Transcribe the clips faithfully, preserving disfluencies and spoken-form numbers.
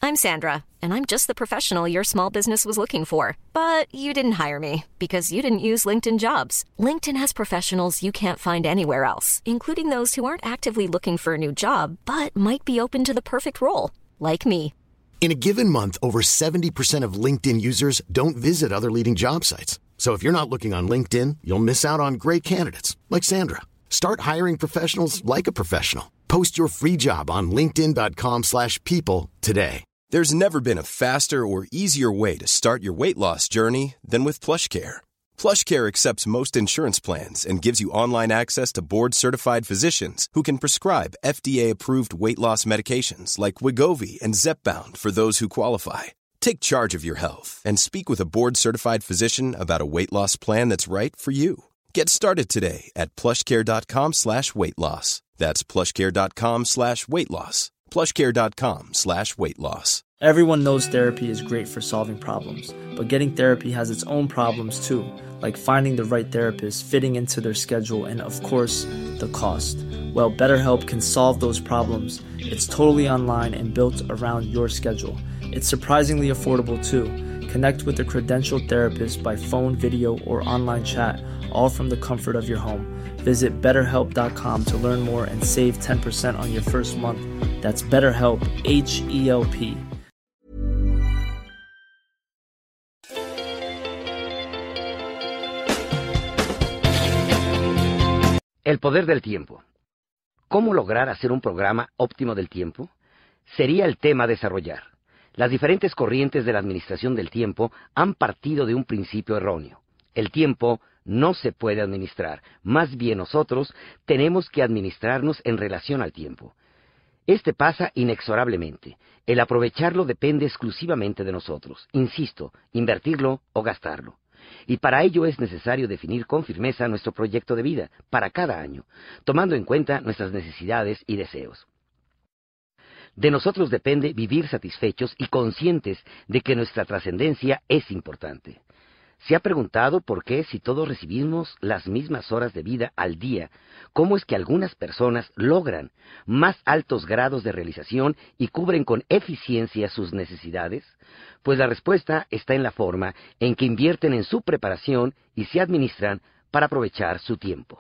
I'm Sandra, and I'm just the professional your small business was looking for. But you didn't hire me because you didn't use LinkedIn Jobs. LinkedIn has professionals you can't find anywhere else, including those who aren't actively looking for a new job, but might be open to the perfect role, like me. In a given month, over seventy percent of LinkedIn users don't visit other leading job sites. So if you're not looking on LinkedIn, you'll miss out on great candidates like Sandra. Start hiring professionals like a professional. Post your free job on linkedin.com slash people today. There's never been a faster or easier way to start your weight loss journey than with PlushCare. PlushCare accepts most insurance plans and gives you online access to board-certified physicians who can prescribe F D A-approved weight loss medications like Wegovy and Zepbound for those who qualify. Take charge of your health and speak with a board-certified physician about a weight loss plan that's right for you. Get started today at plushcare.com slash weight loss. That's plushcare.com slash weight loss. plushcare.com slash weight loss. Everyone knows therapy is great for solving problems, but getting therapy has its own problems too, like finding the right therapist, fitting into their schedule, and of course, the cost. Well, BetterHelp can solve those problems. It's totally online and built around your schedule. It's surprisingly affordable too. Connect with a credentialed therapist by phone, video, or online chat, all from the comfort of your home. Visit better help dot com to learn more and save ten percent on your first month. That's BetterHelp, H E L P. El poder del tiempo. ¿Cómo lograr hacer un programa óptimo del tiempo? Sería el tema a desarrollar. Las diferentes corrientes de la administración del tiempo han partido de un principio erróneo. El tiempo no se puede administrar, más bien nosotros tenemos que administrarnos en relación al tiempo. Este pasa inexorablemente. El aprovecharlo depende exclusivamente de nosotros. Insisto, invertirlo o gastarlo. Y para ello es necesario definir con firmeza nuestro proyecto de vida para cada año, tomando en cuenta nuestras necesidades y deseos. De nosotros depende vivir satisfechos y conscientes de que nuestra trascendencia es importante. ¿Se ha preguntado por qué, si todos recibimos las mismas horas de vida al día, cómo es que algunas personas logran más altos grados de realización y cubren con eficiencia sus necesidades? Pues la respuesta está en la forma en que invierten en su preparación y se administran para aprovechar su tiempo.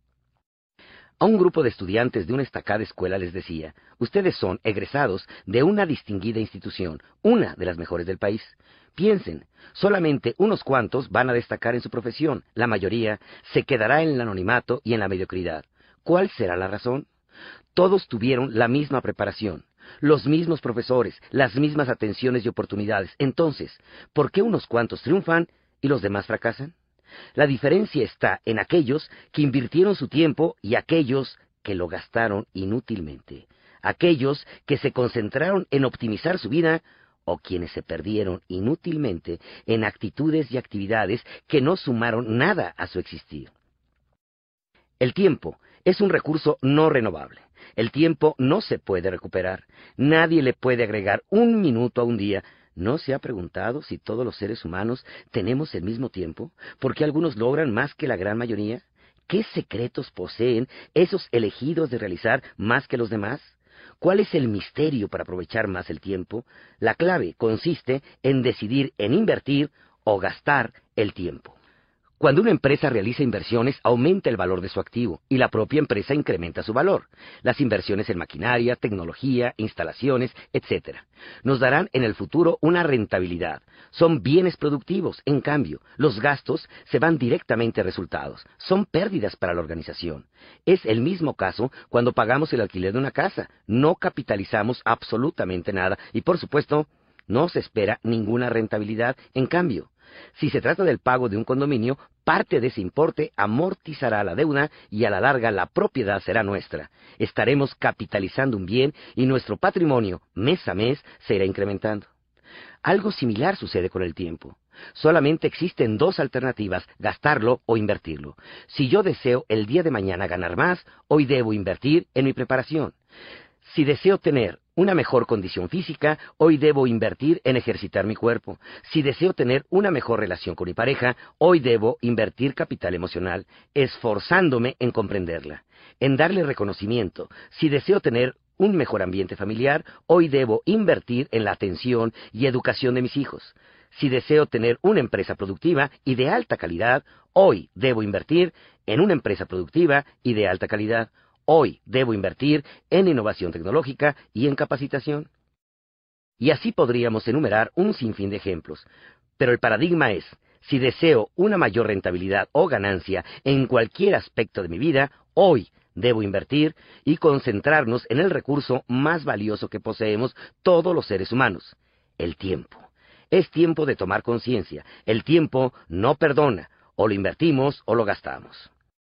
A un grupo de estudiantes de una destacada escuela les decía: ustedes son egresados de una distinguida institución, una de las mejores del país. Piensen, solamente unos cuantos van a destacar en su profesión, la mayoría se quedará en el anonimato y en la mediocridad. ¿Cuál será la razón? Todos tuvieron la misma preparación, los mismos profesores, las mismas atenciones y oportunidades. Entonces, ¿por qué unos cuantos triunfan y los demás fracasan? La diferencia está en aquellos que invirtieron su tiempo y aquellos que lo gastaron inútilmente, aquellos que se concentraron en optimizar su vida o quienes se perdieron inútilmente en actitudes y actividades que no sumaron nada a su existir. El tiempo es un recurso no renovable. El tiempo no se puede recuperar. Nadie le puede agregar un minuto a un día. ¿No se ha preguntado si todos los seres humanos tenemos el mismo tiempo? ¿Por qué algunos logran más que la gran mayoría? ¿Qué secretos poseen esos elegidos de realizar más que los demás? ¿Cuál es el misterio para aprovechar más el tiempo? La clave consiste en decidir en invertir o gastar el tiempo. Cuando una empresa realiza inversiones, aumenta el valor de su activo y la propia empresa incrementa su valor. Las inversiones en maquinaria, tecnología, instalaciones, etcétera, nos darán en el futuro una rentabilidad. Son bienes productivos. En cambio, los gastos se van directamente a resultados. Son pérdidas para la organización. Es el mismo caso cuando pagamos el alquiler de una casa. No capitalizamos absolutamente nada y, por supuesto, no se espera ninguna rentabilidad. En cambio, si se trata del pago de un condominio, parte de ese importe amortizará la deuda y a la larga la propiedad será nuestra. Estaremos capitalizando un bien y nuestro patrimonio, mes a mes, se irá incrementando. Algo similar sucede con el tiempo. Solamente existen dos alternativas: gastarlo o invertirlo. Si yo deseo el día de mañana ganar más, hoy debo invertir en mi preparación. Si deseo tener una mejor condición física, hoy debo invertir en ejercitar mi cuerpo. Si deseo tener una mejor relación con mi pareja, hoy debo invertir capital emocional, esforzándome en comprenderla, en darle reconocimiento. Si deseo tener un mejor ambiente familiar, hoy debo invertir en la atención y educación de mis hijos. Si deseo tener una empresa productiva y de alta calidad, hoy debo invertir en una empresa productiva y de alta calidad. Hoy debo invertir en innovación tecnológica y en capacitación. Y así podríamos enumerar un sinfín de ejemplos. Pero el paradigma es, si deseo una mayor rentabilidad o ganancia en cualquier aspecto de mi vida, hoy debo invertir y concentrarnos en el recurso más valioso que poseemos todos los seres humanos, el tiempo. Es tiempo de tomar conciencia. El tiempo no perdona, o lo invertimos o lo gastamos.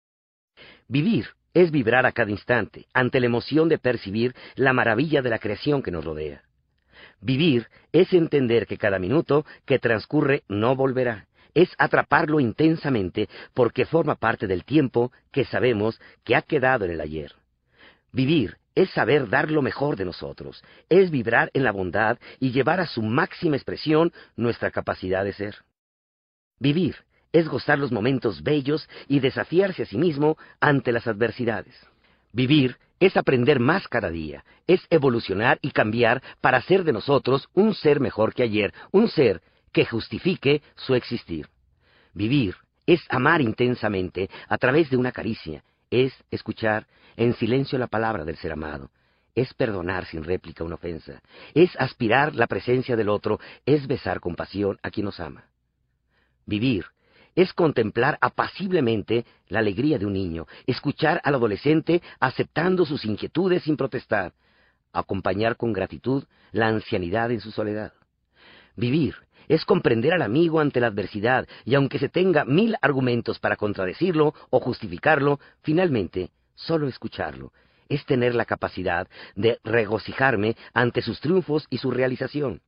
Vivir es vibrar a cada instante, ante la emoción de percibir la maravilla de la creación que nos rodea. Vivir es entender que cada minuto que transcurre no volverá. Es atraparlo intensamente porque forma parte del tiempo que sabemos que ha quedado en el ayer. Vivir es saber dar lo mejor de nosotros, es vibrar en la bondad y llevar a su máxima expresión nuestra capacidad de ser. Vivir es gozar los momentos bellos y desafiarse a sí mismo ante las adversidades. Vivir es aprender más cada día, es evolucionar y cambiar para hacer de nosotros un ser mejor que ayer, un ser que justifique su existir. Vivir es amar intensamente a través de una caricia, es escuchar en silencio la palabra del ser amado, es perdonar sin réplica una ofensa, es aspirar la presencia del otro, es besar con pasión a quien nos ama. Vivir es contemplar apaciblemente la alegría de un niño, escuchar al adolescente aceptando sus inquietudes sin protestar, acompañar con gratitud la ancianidad en su soledad. Vivir es comprender al amigo ante la adversidad, y aunque se tenga mil argumentos para contradecirlo o justificarlo, finalmente, solo escucharlo, es tener la capacidad de regocijarme ante sus triunfos y su realización.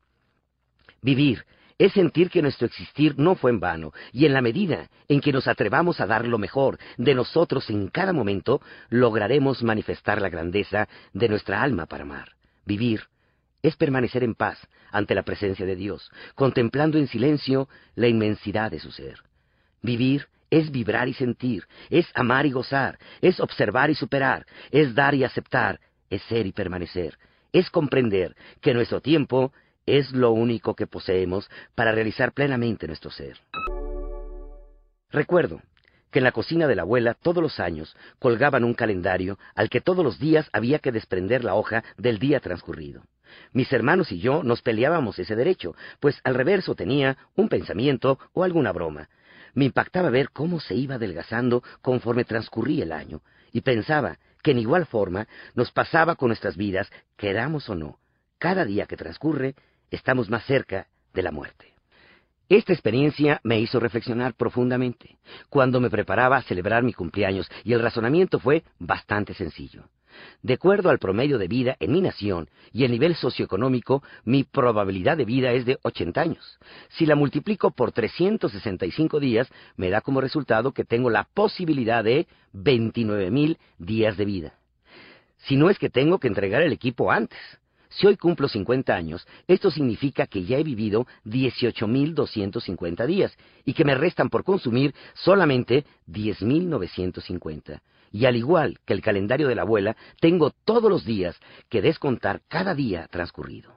Vivir es sentir que nuestro existir no fue en vano, y en la medida en que nos atrevamos a dar lo mejor de nosotros en cada momento, lograremos manifestar la grandeza de nuestra alma para amar. Vivir es permanecer en paz ante la presencia de Dios, contemplando en silencio la inmensidad de su ser. Vivir es vibrar y sentir, es amar y gozar, es observar y superar, es dar y aceptar, es ser y permanecer, es comprender que nuestro tiempo es lo único que poseemos para realizar plenamente nuestro ser. Recuerdo que en la cocina de la abuela todos los años colgaban un calendario al que todos los días había que desprender la hoja del día transcurrido. Mis hermanos y yo nos peleábamos ese derecho, pues al reverso tenía un pensamiento o alguna broma. Me impactaba ver cómo se iba adelgazando conforme transcurría el año, y pensaba que en igual forma nos pasaba con nuestras vidas, queramos o no. Cada día que transcurre, estamos más cerca de la muerte. Esta experiencia me hizo reflexionar profundamente cuando me preparaba a celebrar mi cumpleaños, y el razonamiento fue bastante sencillo. De acuerdo al promedio de vida en mi nación y el nivel socioeconómico, mi probabilidad de vida es de ochenta años. Si la multiplico por trescientos sesenta y cinco días, me da como resultado que tengo la posibilidad de veintinueve mil días de vida. Si no es que tengo que entregar el equipo antes. Si hoy cumplo cincuenta años, esto significa que ya he vivido dieciocho mil doscientos cincuenta días y que me restan por consumir solamente diez mil novecientos cincuenta. Y al igual que el calendario de la abuela, tengo todos los días que descontar cada día transcurrido.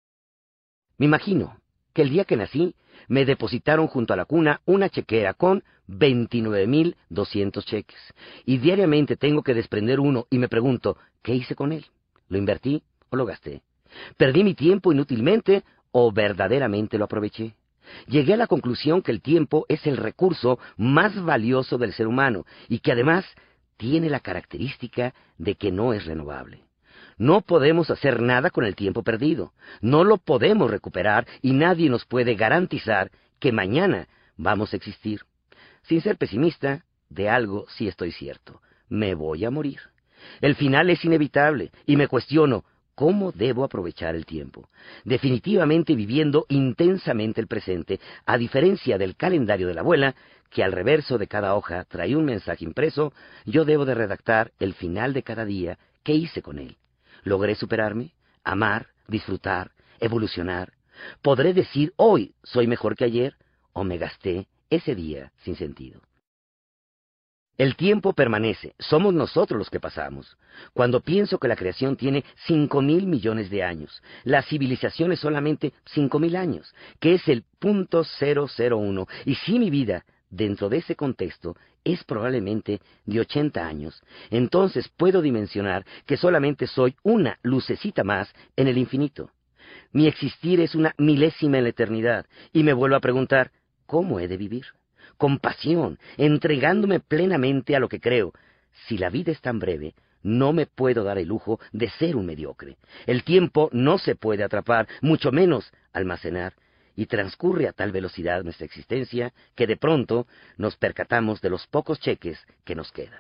Me imagino que el día que nací, me depositaron junto a la cuna una chequera con veintinueve mil doscientos cheques. Y diariamente tengo que desprender uno y me pregunto, ¿qué hice con él? ¿Lo invertí o lo gasté? ¿Perdí mi tiempo inútilmente o verdaderamente lo aproveché? Llegué a la conclusión que el tiempo es el recurso más valioso del ser humano y que además tiene la característica de que no es renovable. No podemos hacer nada con el tiempo perdido, no lo podemos recuperar y nadie nos puede garantizar que mañana vamos a existir. Sin ser pesimista, de algo sí estoy cierto, me voy a morir. El final es inevitable y me cuestiono, ¿cómo debo aprovechar el tiempo? Definitivamente viviendo intensamente el presente, a diferencia del calendario de la abuela, que al reverso de cada hoja trae un mensaje impreso, yo debo de redactar el final de cada día, ¿qué hice con él? ¿Logré superarme? ¿Amar? ¿Disfrutar? ¿Evolucionar? ¿Podré decir hoy soy mejor que ayer? ¿O me gasté ese día sin sentido? El tiempo permanece, somos nosotros los que pasamos. Cuando pienso que la creación tiene cinco mil millones de años, la civilización es solamente cinco mil años, que es el punto cero cero uno, y si mi vida, dentro de ese contexto, es probablemente de ochenta años, entonces puedo dimensionar que solamente soy una lucecita más en el infinito. Mi existir es una milésima en la eternidad, y me vuelvo a preguntar, ¿cómo he de vivir? Con pasión, entregándome plenamente a lo que creo. Si la vida es tan breve, no me puedo dar el lujo de ser un mediocre. El tiempo no se puede atrapar, mucho menos almacenar, y transcurre a tal velocidad nuestra existencia que de pronto nos percatamos de los pocos cheques que nos quedan.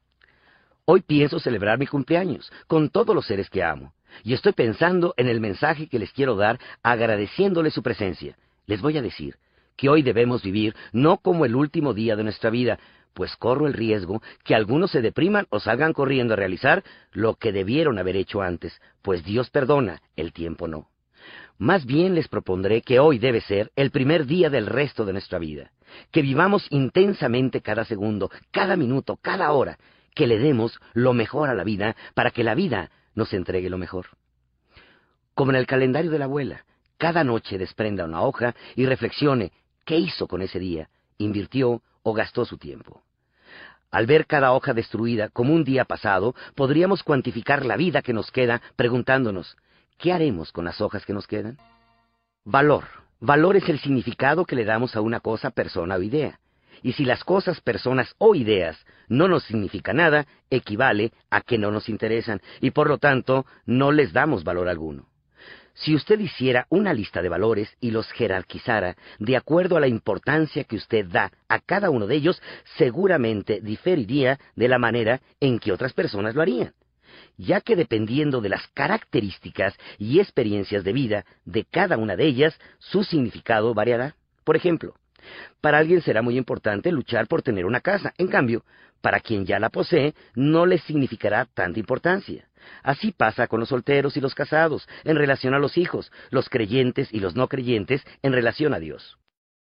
Hoy pienso celebrar mi cumpleaños con todos los seres que amo, y estoy pensando en el mensaje que les quiero dar agradeciéndoles su presencia. Les voy a decir que hoy debemos vivir no como el último día de nuestra vida, pues corro el riesgo que algunos se depriman o salgan corriendo a realizar lo que debieron haber hecho antes, pues Dios perdona, el tiempo no. Más bien les propondré que hoy debe ser el primer día del resto de nuestra vida, que vivamos intensamente cada segundo, cada minuto, cada hora, que le demos lo mejor a la vida para que la vida nos entregue lo mejor. Como en el calendario de la abuela, cada noche desprenda una hoja y reflexione qué hizo con ese día, invirtió o gastó su tiempo. Al ver cada hoja destruida como un día pasado, podríamos cuantificar la vida que nos queda preguntándonos, ¿qué haremos con las hojas que nos quedan? Valor. Valor es el significado que le damos a una cosa, persona o idea. Y si las cosas, personas o ideas no nos significan nada, equivale a que no nos interesan y por lo tanto no les damos valor alguno. Si usted hiciera una lista de valores y los jerarquizara de acuerdo a la importancia que usted da a cada uno de ellos, seguramente diferiría de la manera en que otras personas lo harían, ya que dependiendo de las características y experiencias de vida de cada una de ellas, su significado variará. Por ejemplo, para alguien será muy importante luchar por tener una casa, en cambio, para quien ya la posee, no le significará tanta importancia. Así pasa con los solteros y los casados, en relación a los hijos, los creyentes y los no creyentes, en relación a Dios.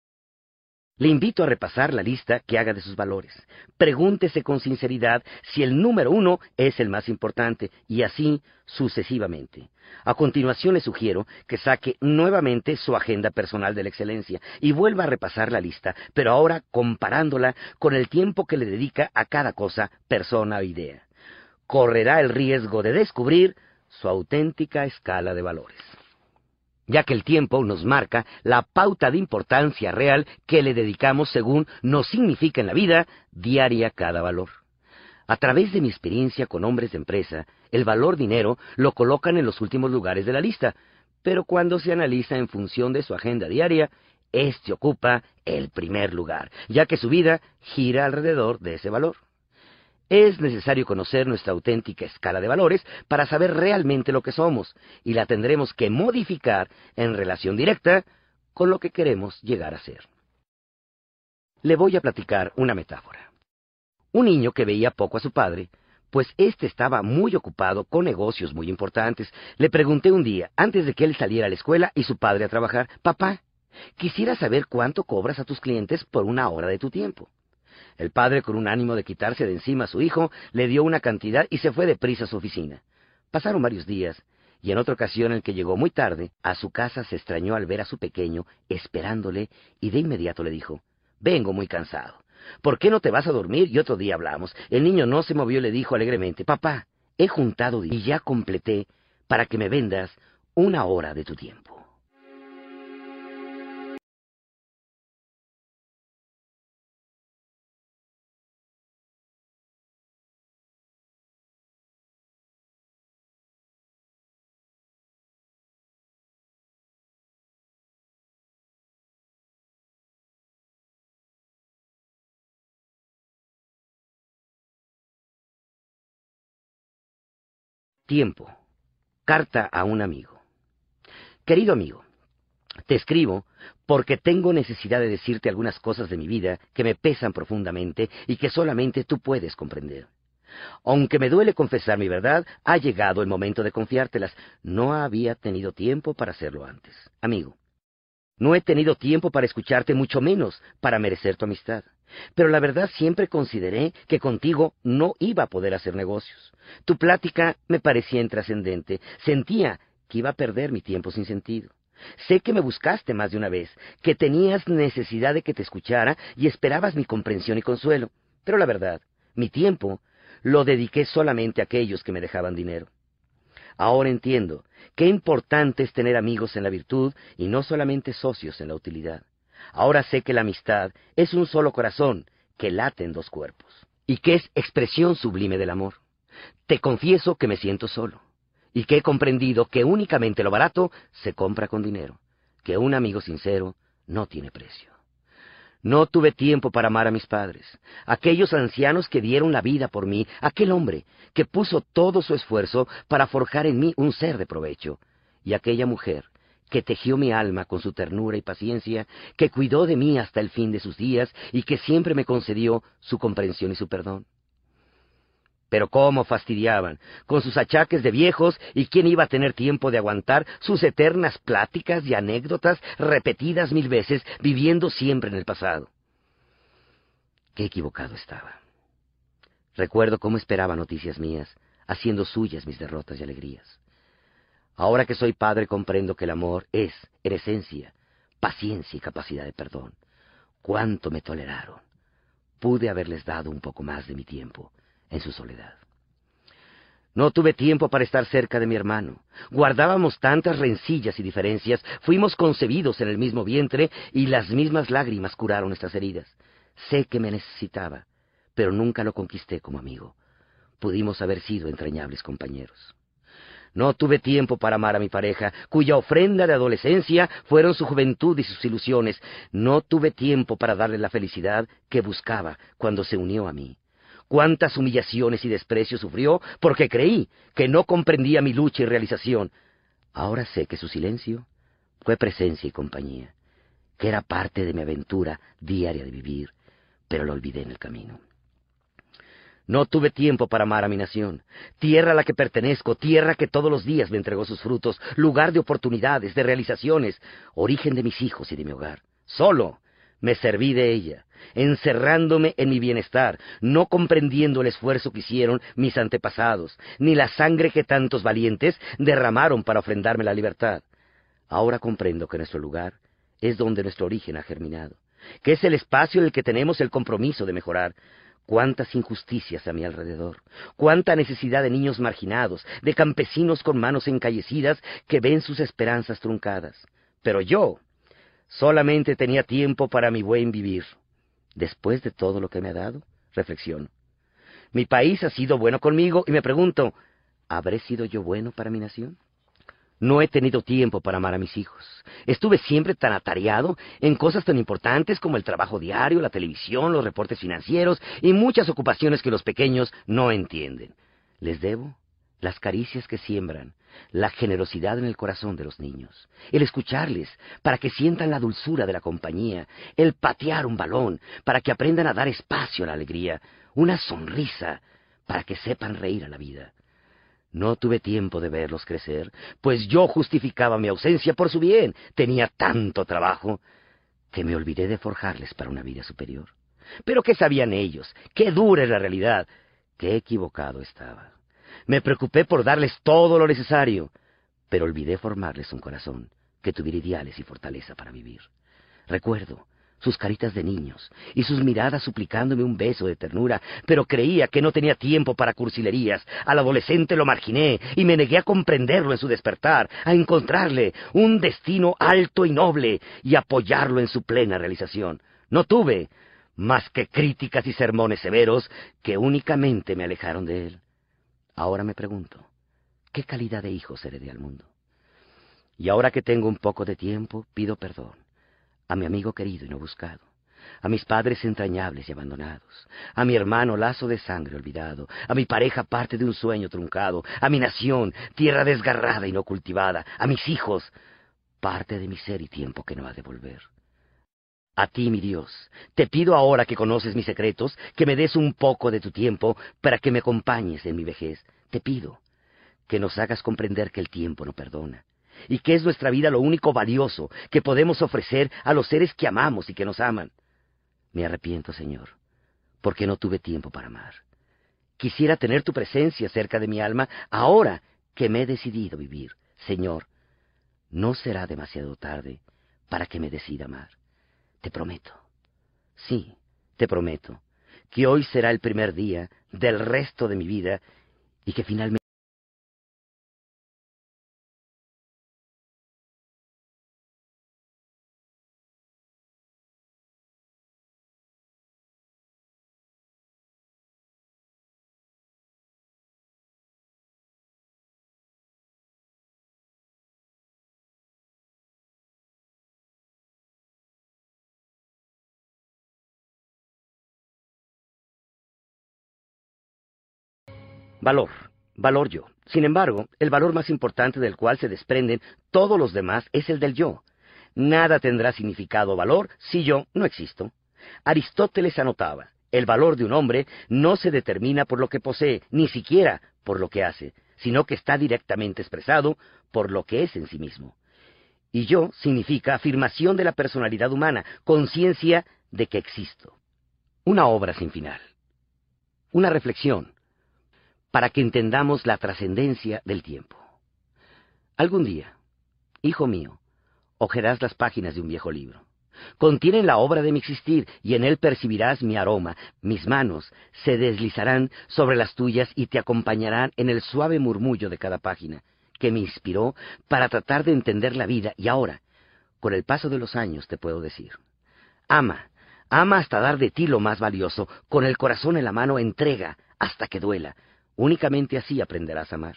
Le invito a repasar la lista que haga de sus valores. Pregúntese con sinceridad si el número uno es el más importante, y así sucesivamente. A continuación le sugiero que saque nuevamente su agenda personal de la excelencia y vuelva a repasar la lista, pero ahora comparándola con el tiempo que le dedica a cada cosa, persona o idea. Correrá el riesgo de descubrir su auténtica escala de valores, ya que el tiempo nos marca la pauta de importancia real que le dedicamos según nos significa en la vida diaria cada valor. A través de mi experiencia con hombres de empresa, el valor dinero lo colocan en los últimos lugares de la lista, pero cuando se analiza en función de su agenda diaria, éste ocupa el primer lugar, ya que su vida gira alrededor de ese valor. Es necesario conocer nuestra auténtica escala de valores para saber realmente lo que somos, y la tendremos que modificar en relación directa con lo que queremos llegar a ser. Le voy a platicar una metáfora. Un niño que veía poco a su padre, pues éste estaba muy ocupado con negocios muy importantes. Le pregunté un día, antes de que él saliera a la escuela y su padre a trabajar, «Papá, quisiera saber cuánto cobras a tus clientes por una hora de tu tiempo». El padre, con un ánimo de quitarse de encima a su hijo, le dio una cantidad y se fue deprisa a su oficina. Pasaron varios días, y en otra ocasión en que llegó muy tarde, a su casa se extrañó al ver a su pequeño esperándole, y de inmediato le dijo, «Vengo muy cansado. ¿Por qué no te vas a dormir y otro día hablamos?» El niño no se movió y le dijo alegremente, «Papá, he juntado y ya completé para que me vendas una hora de tu tiempo». Tiempo. Carta a un amigo. Querido amigo, te escribo porque tengo necesidad de decirte algunas cosas de mi vida que me pesan profundamente y que solamente tú puedes comprender. Aunque me duele confesar mi verdad, ha llegado el momento de confiártelas. No había tenido tiempo para hacerlo antes. Amigo, No he tenido tiempo para escucharte, mucho menos para merecer tu amistad. Pero la verdad siempre consideré que contigo no iba a poder hacer negocios. Tu plática me parecía intrascendente. Sentía que iba a perder mi tiempo sin sentido. Sé que me buscaste más de una vez, que tenías necesidad de que te escuchara y esperabas mi comprensión y consuelo. Pero la verdad, mi tiempo lo dediqué solamente a aquellos que me dejaban dinero. Ahora entiendo qué importante es tener amigos en la virtud y no solamente socios en la utilidad. Ahora sé que la amistad es un solo corazón que late en dos cuerpos y que es expresión sublime del amor. Te confieso que me siento solo y que he comprendido que únicamente lo barato se compra con dinero, que un amigo sincero no tiene precio. No tuve tiempo para amar a mis padres, aquellos ancianos que dieron la vida por mí, aquel hombre que puso todo su esfuerzo para forjar en mí un ser de provecho, y aquella mujer que tejió mi alma con su ternura y paciencia, que cuidó de mí hasta el fin de sus días y que siempre me concedió su comprensión y su perdón. Pero cómo fastidiaban, con sus achaques de viejos, y quién iba a tener tiempo de aguantar sus eternas pláticas y anécdotas repetidas mil veces, viviendo siempre en el pasado. Qué equivocado estaba. Recuerdo cómo esperaba noticias mías, haciendo suyas mis derrotas y alegrías. Ahora que soy padre comprendo que el amor es, en esencia, paciencia y capacidad de perdón. Cuánto me toleraron. Pude haberles dado un poco más de mi tiempo en su soledad. No tuve tiempo para estar cerca de mi hermano. Guardábamos tantas rencillas y diferencias, fuimos concebidos en el mismo vientre y las mismas lágrimas curaron nuestras heridas. Sé que me necesitaba, pero nunca lo conquisté como amigo. Pudimos haber sido entrañables compañeros. No tuve tiempo para amar a mi pareja, cuya ofrenda de adolescencia fueron su juventud y sus ilusiones. No tuve tiempo para darle la felicidad que buscaba cuando se unió a mí. Cuántas humillaciones y desprecios sufrió porque creí que no comprendía mi lucha y realización. Ahora sé que su silencio fue presencia y compañía, que era parte de mi aventura diaria de vivir, pero lo olvidé en el camino. No tuve tiempo para amar a mi nación, tierra a la que pertenezco, tierra que todos los días me entregó sus frutos, lugar de oportunidades, de realizaciones, origen de mis hijos y de mi hogar. Solo me serví de ella, encerrándome en mi bienestar, no comprendiendo el esfuerzo que hicieron mis antepasados, ni la sangre que tantos valientes derramaron para ofrendarme la libertad. Ahora comprendo que nuestro lugar es donde nuestro origen ha germinado, que es el espacio en el que tenemos el compromiso de mejorar. Cuántas injusticias a mi alrededor, cuánta necesidad de niños marginados, de campesinos con manos encallecidas que ven sus esperanzas truncadas. Pero yo solamente tenía tiempo para mi buen vivir. Después de todo lo que me ha dado, reflexiono. Mi país ha sido bueno conmigo y me pregunto, ¿habré sido yo bueno para mi nación? No he tenido tiempo para amar a mis hijos. Estuve siempre tan atareado en cosas tan importantes como el trabajo diario, la televisión, los reportes financieros y muchas ocupaciones que los pequeños no entienden. Les debo las caricias que siembran, la generosidad en el corazón de los niños, el escucharles para que sientan la dulzura de la compañía, el patear un balón para que aprendan a dar espacio a la alegría, una sonrisa para que sepan reír a la vida. No tuve tiempo de verlos crecer, pues yo justificaba mi ausencia por su bien. Tenía tanto trabajo que me olvidé de forjarles para una vida superior. Pero ¿qué sabían ellos? ¡Qué dura es la realidad! ¡Qué equivocado estaba! Me preocupé por darles todo lo necesario, pero olvidé formarles un corazón que tuviera ideales y fortaleza para vivir. Recuerdo sus caritas de niños y sus miradas suplicándome un beso de ternura, pero creía que no tenía tiempo para cursilerías. Al adolescente lo marginé y me negué a comprenderlo en su despertar, a encontrarle un destino alto y noble y apoyarlo en su plena realización. No tuve más que críticas y sermones severos que únicamente me alejaron de él. Ahora me pregunto, ¿qué calidad de hijo heredé al mundo? Y ahora que tengo un poco de tiempo, pido perdón a mi amigo querido y no buscado, a mis padres entrañables y abandonados, a mi hermano lazo de sangre olvidado, a mi pareja parte de un sueño truncado, a mi nación, tierra desgarrada y no cultivada, a mis hijos, parte de mi ser y tiempo que no ha de volver. A ti, mi Dios, te pido ahora que conoces mis secretos, que me des un poco de tu tiempo para que me acompañes en mi vejez. Te pido que nos hagas comprender que el tiempo no perdona, y que es nuestra vida lo único valioso que podemos ofrecer a los seres que amamos y que nos aman. Me arrepiento, Señor, porque no tuve tiempo para amar. Quisiera tener tu presencia cerca de mi alma ahora que me he decidido vivir. Señor, no será demasiado tarde para que me decida amar. Te prometo, sí, te prometo, que hoy será el primer día del resto de mi vida y que finalmente... Valor, valor yo. Sin embargo, el valor más importante del cual se desprenden todos los demás es el del yo. Nada tendrá significado o valor si yo no existo. Aristóteles anotaba, el valor de un hombre no se determina por lo que posee, ni siquiera por lo que hace, sino que está directamente expresado por lo que es en sí mismo. Y yo significa afirmación de la personalidad humana, conciencia de que existo. Una obra sin final. Una reflexión, para que entendamos la trascendencia del tiempo. Algún día, hijo mío, hojearás las páginas de un viejo libro. Contienen la obra de mi existir, y en él percibirás mi aroma. Mis manos se deslizarán sobre las tuyas y te acompañarán en el suave murmullo de cada página, que me inspiró para tratar de entender la vida, y ahora, con el paso de los años, te puedo decir. Ama, ama hasta dar de ti lo más valioso, con el corazón en la mano, entrega hasta que duela. Únicamente así aprenderás a amar.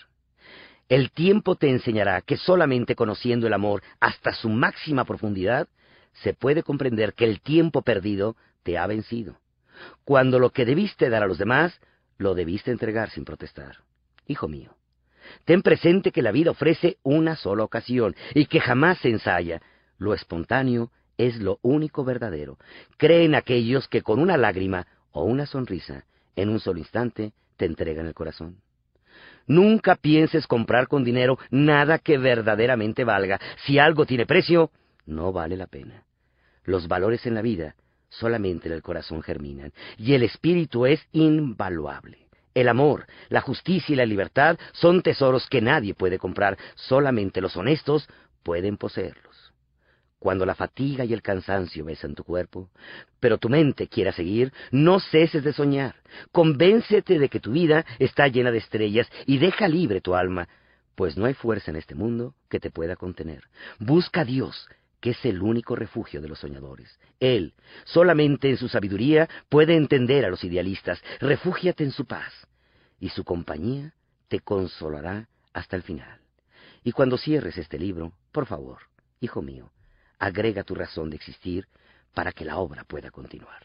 El tiempo te enseñará que solamente conociendo el amor hasta su máxima profundidad, se puede comprender que el tiempo perdido te ha vencido. Cuando lo que debiste dar a los demás, lo debiste entregar sin protestar. Hijo mío, ten presente que la vida ofrece una sola ocasión y que jamás se ensaya. Lo espontáneo es lo único verdadero. Cree en aquellos que con una lágrima o una sonrisa, en un solo instante, te entregan el corazón. Nunca pienses comprar con dinero nada que verdaderamente valga. Si algo tiene precio, no vale la pena. Los valores en la vida solamente en el corazón germinan, y el espíritu es invaluable. El amor, la justicia y la libertad son tesoros que nadie puede comprar, solamente los honestos pueden poseerlos. Cuando la fatiga y el cansancio besan tu cuerpo, pero tu mente quiera seguir, no ceses de soñar. Convéncete de que tu vida está llena de estrellas y deja libre tu alma, pues no hay fuerza en este mundo que te pueda contener. Busca a Dios, que es el único refugio de los soñadores. Él, solamente en su sabiduría, puede entender a los idealistas. Refúgiate en su paz, y su compañía te consolará hasta el final. Y cuando cierres este libro, por favor, hijo mío, agrega tu razón de existir para que la obra pueda continuar.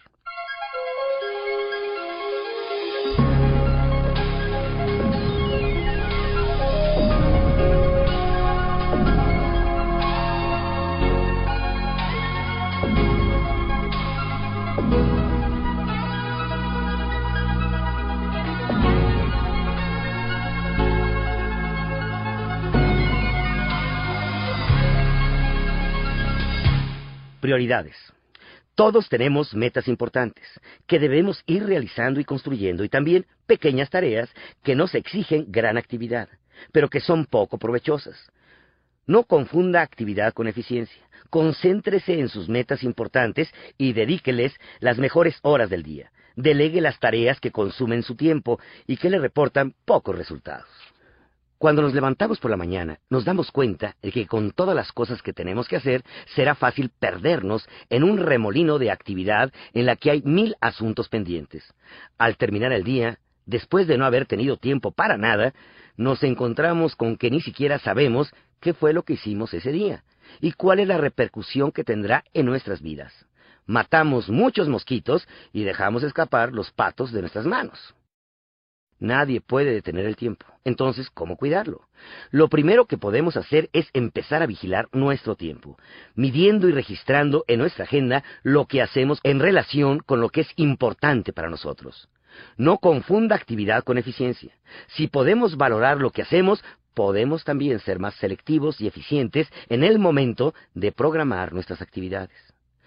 Prioridades. Todos tenemos metas importantes que debemos ir realizando y construyendo, y también pequeñas tareas que nos exigen gran actividad, pero que son poco provechosas. No confunda actividad con eficiencia. Concéntrese en sus metas importantes y dedíqueles las mejores horas del día. Delegue las tareas que consumen su tiempo y que le reportan pocos resultados. Cuando nos levantamos por la mañana, nos damos cuenta de que con todas las cosas que tenemos que hacer, será fácil perdernos en un remolino de actividad en la que hay mil asuntos pendientes. Al terminar el día, después de no haber tenido tiempo para nada, nos encontramos con que ni siquiera sabemos qué fue lo que hicimos ese día y cuál es la repercusión que tendrá en nuestras vidas. Matamos muchos mosquitos y dejamos escapar los patos de nuestras manos. Nadie puede detener el tiempo. Entonces, ¿cómo cuidarlo? Lo primero que podemos hacer es empezar a vigilar nuestro tiempo, midiendo y registrando en nuestra agenda lo que hacemos en relación con lo que es importante para nosotros. No confunda actividad con eficiencia. Si podemos valorar lo que hacemos, podemos también ser más selectivos y eficientes en el momento de programar nuestras actividades.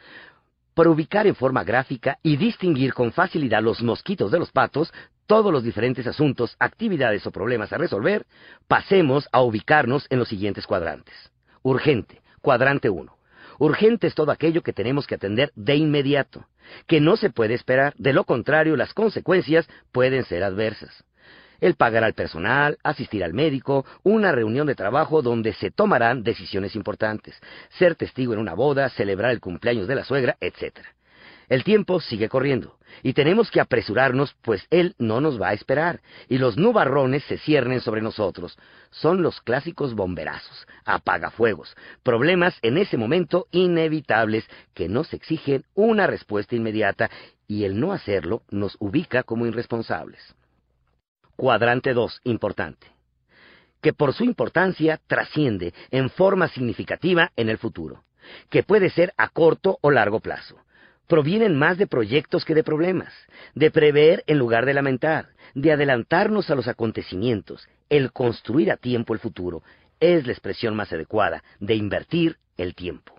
Para ubicar en forma gráfica y distinguir con facilidad los mosquitos de los patos, todos los diferentes asuntos, actividades o problemas a resolver, pasemos a ubicarnos en los siguientes cuadrantes. Urgente, cuadrante uno. Urgente es todo aquello que tenemos que atender de inmediato, que no se puede esperar, de lo contrario las consecuencias pueden ser adversas. El pagar al personal, asistir al médico, una reunión de trabajo donde se tomarán decisiones importantes, ser testigo en una boda, celebrar el cumpleaños de la suegra, etcétera. El tiempo sigue corriendo, y tenemos que apresurarnos, pues él no nos va a esperar, y los nubarrones se ciernen sobre nosotros. Son los clásicos bomberazos, apagafuegos, problemas en ese momento inevitables que nos exigen una respuesta inmediata, y el no hacerlo nos ubica como irresponsables. Cuadrante dos, importante, que por su importancia trasciende en forma significativa en el futuro, que puede ser a corto o largo plazo. Provienen más de proyectos que de problemas, de prever en lugar de lamentar, de adelantarnos a los acontecimientos. El construir a tiempo el futuro es la expresión más adecuada de invertir el tiempo.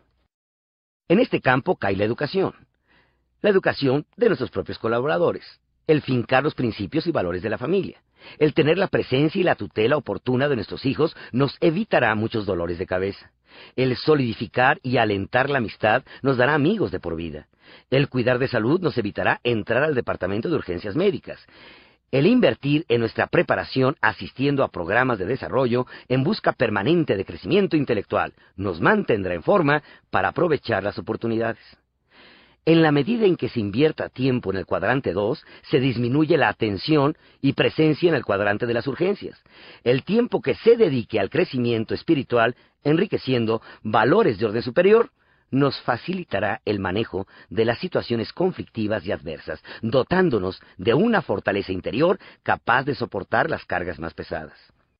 En este campo cae la educación, la educación de nuestros propios colaboradores, el fincar los principios y valores de la familia. El tener la presencia y la tutela oportuna de nuestros hijos nos evitará muchos dolores de cabeza. El solidificar y alentar la amistad nos dará amigos de por vida. El cuidar de salud nos evitará entrar al departamento de urgencias médicas. El invertir en nuestra preparación asistiendo a programas de desarrollo en busca permanente de crecimiento intelectual nos mantendrá en forma para aprovechar las oportunidades. En la medida en que se invierta tiempo en el cuadrante dos, se disminuye la atención y presencia en el cuadrante de las urgencias. El tiempo que se dedique al crecimiento espiritual, enriqueciendo valores de orden superior, nos facilitará el manejo de las situaciones conflictivas y adversas, dotándonos de una fortaleza interior capaz de soportar las cargas más pesadas.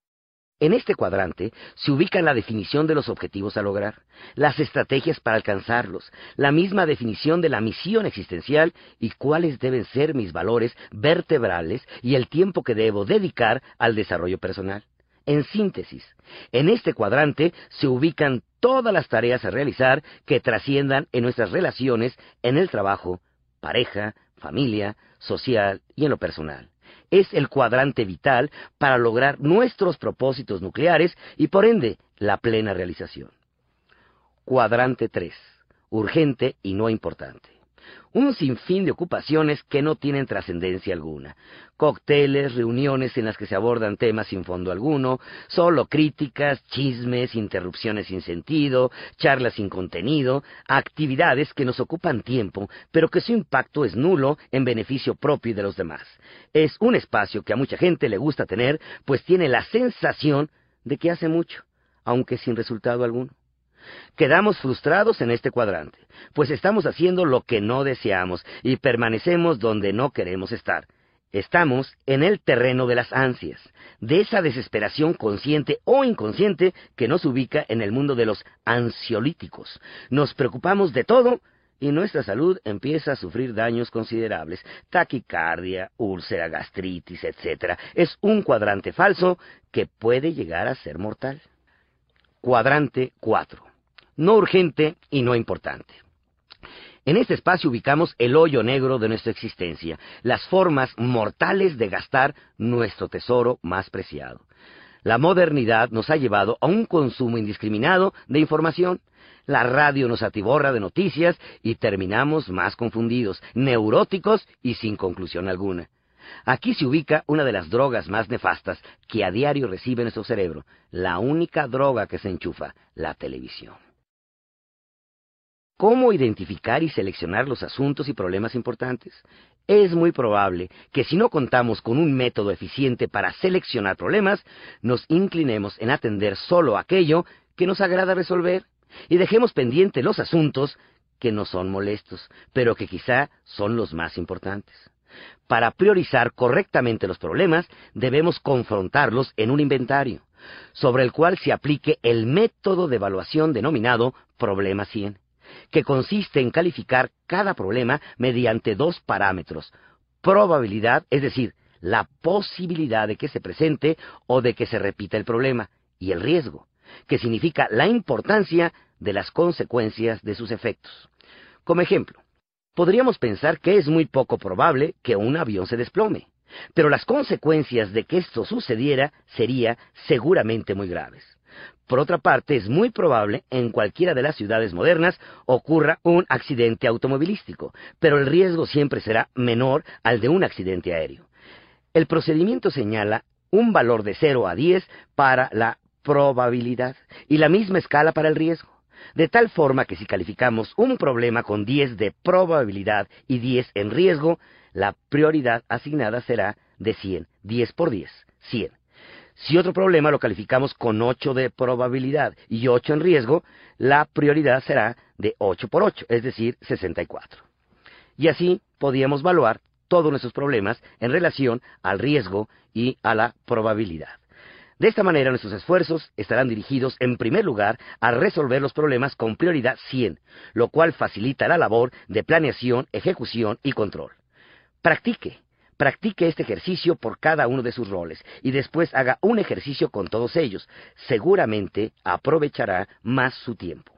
En este cuadrante se ubica la definición de los objetivos a lograr, las estrategias para alcanzarlos, la misma definición de la misión existencial y cuáles deben ser mis valores vertebrales y el tiempo que debo dedicar al desarrollo personal. En síntesis, en este cuadrante se ubican todas las tareas a realizar que trasciendan en nuestras relaciones en el trabajo, pareja, familia, social y en lo personal. Es el cuadrante vital para lograr nuestros propósitos nucleares y por ende la plena realización. Cuadrante tres. Urgente y no importante. Un sinfín de ocupaciones que no tienen trascendencia alguna. Cócteles, reuniones en las que se abordan temas sin fondo alguno, solo críticas, chismes, interrupciones sin sentido, charlas sin contenido, actividades que nos ocupan tiempo, pero que su impacto es nulo en beneficio propio y de los demás. Es un espacio que a mucha gente le gusta tener, pues tiene la sensación de que hace mucho, aunque sin resultado alguno. Quedamos frustrados en este cuadrante, pues estamos haciendo lo que no deseamos y permanecemos donde no queremos estar. Estamos en el terreno de las ansias, de esa desesperación consciente o inconsciente que nos ubica en el mundo de los ansiolíticos. Nos preocupamos de todo y nuestra salud empieza a sufrir daños considerables, taquicardia, úlcera, gastritis, etcétera. Es un cuadrante falso que puede llegar a ser mortal. Cuadrante cuatro. No urgente y no importante. En este espacio ubicamos el hoyo negro de nuestra existencia, las formas mortales de gastar nuestro tesoro más preciado. La modernidad nos ha llevado a un consumo indiscriminado de información. La radio nos atiborra de noticias y terminamos más confundidos, neuróticos y sin conclusión alguna. Aquí se ubica una de las drogas más nefastas que a diario recibe nuestro cerebro, la única droga que se enchufa, la televisión. ¿Cómo identificar y seleccionar los asuntos y problemas importantes? Es muy probable que si no contamos con un método eficiente para seleccionar problemas, nos inclinemos en atender solo aquello que nos agrada resolver y dejemos pendientes los asuntos que no son molestos, pero que quizá son los más importantes. Para priorizar correctamente los problemas, debemos confrontarlos en un inventario, sobre el cual se aplique el método de evaluación denominado Problema cien. Que consiste en calificar cada problema mediante dos parámetros: probabilidad, es decir, la posibilidad de que se presente o de que se repita el problema, y el riesgo, que significa la importancia de las consecuencias de sus efectos. Como ejemplo, podríamos pensar que es muy poco probable que un avión se desplome, pero las consecuencias de que esto sucediera serían seguramente muy graves. Por otra parte, es muy probable en cualquiera de las ciudades modernas ocurra un accidente automovilístico, pero el riesgo siempre será menor al de un accidente aéreo. El procedimiento señala un valor de cero a diez para la probabilidad y la misma escala para el riesgo, de tal forma que si calificamos un problema con diez de probabilidad y diez en riesgo, la prioridad asignada será de cien, diez por diez, cien. Si otro problema lo calificamos con ocho de probabilidad y ocho en riesgo, la prioridad será de ocho por ocho, es decir, sesenta y cuatro. Y así podíamos evaluar todos nuestros problemas en relación al riesgo y a la probabilidad. De esta manera nuestros esfuerzos estarán dirigidos en primer lugar a resolver los problemas con prioridad cien, lo cual facilita la labor de planeación, ejecución y control. Practique, practique este ejercicio por cada uno de sus roles y después haga un ejercicio con todos ellos. Seguramente aprovechará más su tiempo.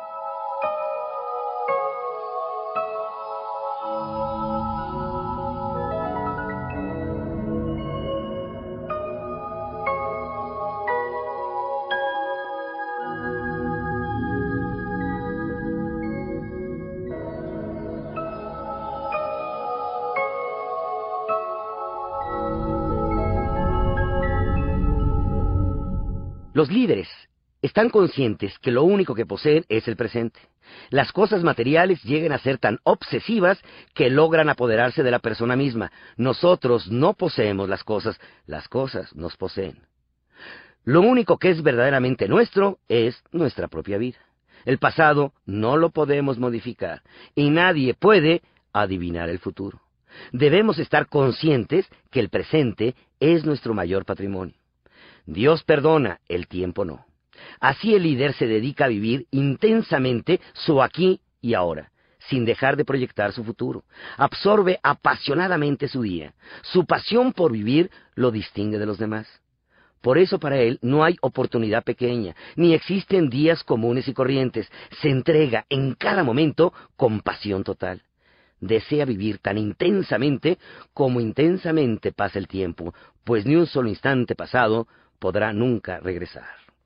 Los líderes están conscientes que lo único que poseen es el presente. Las cosas materiales llegan a ser tan obsesivas que logran apoderarse de la persona misma. Nosotros no poseemos las cosas, las cosas nos poseen. Lo único que es verdaderamente nuestro es nuestra propia vida. El pasado no lo podemos modificar y nadie puede adivinar el futuro. Debemos estar conscientes que el presente es nuestro mayor patrimonio. Dios perdona, el tiempo no. Así el líder se dedica a vivir intensamente su aquí y ahora, sin dejar de proyectar su futuro. Absorbe apasionadamente su día. Su pasión por vivir lo distingue de los demás. Por eso para él no hay oportunidad pequeña, ni existen días comunes y corrientes. Se entrega en cada momento con pasión total. Desea vivir tan intensamente como intensamente pasa el tiempo, pues ni un solo instante pasado podrá nunca regresar.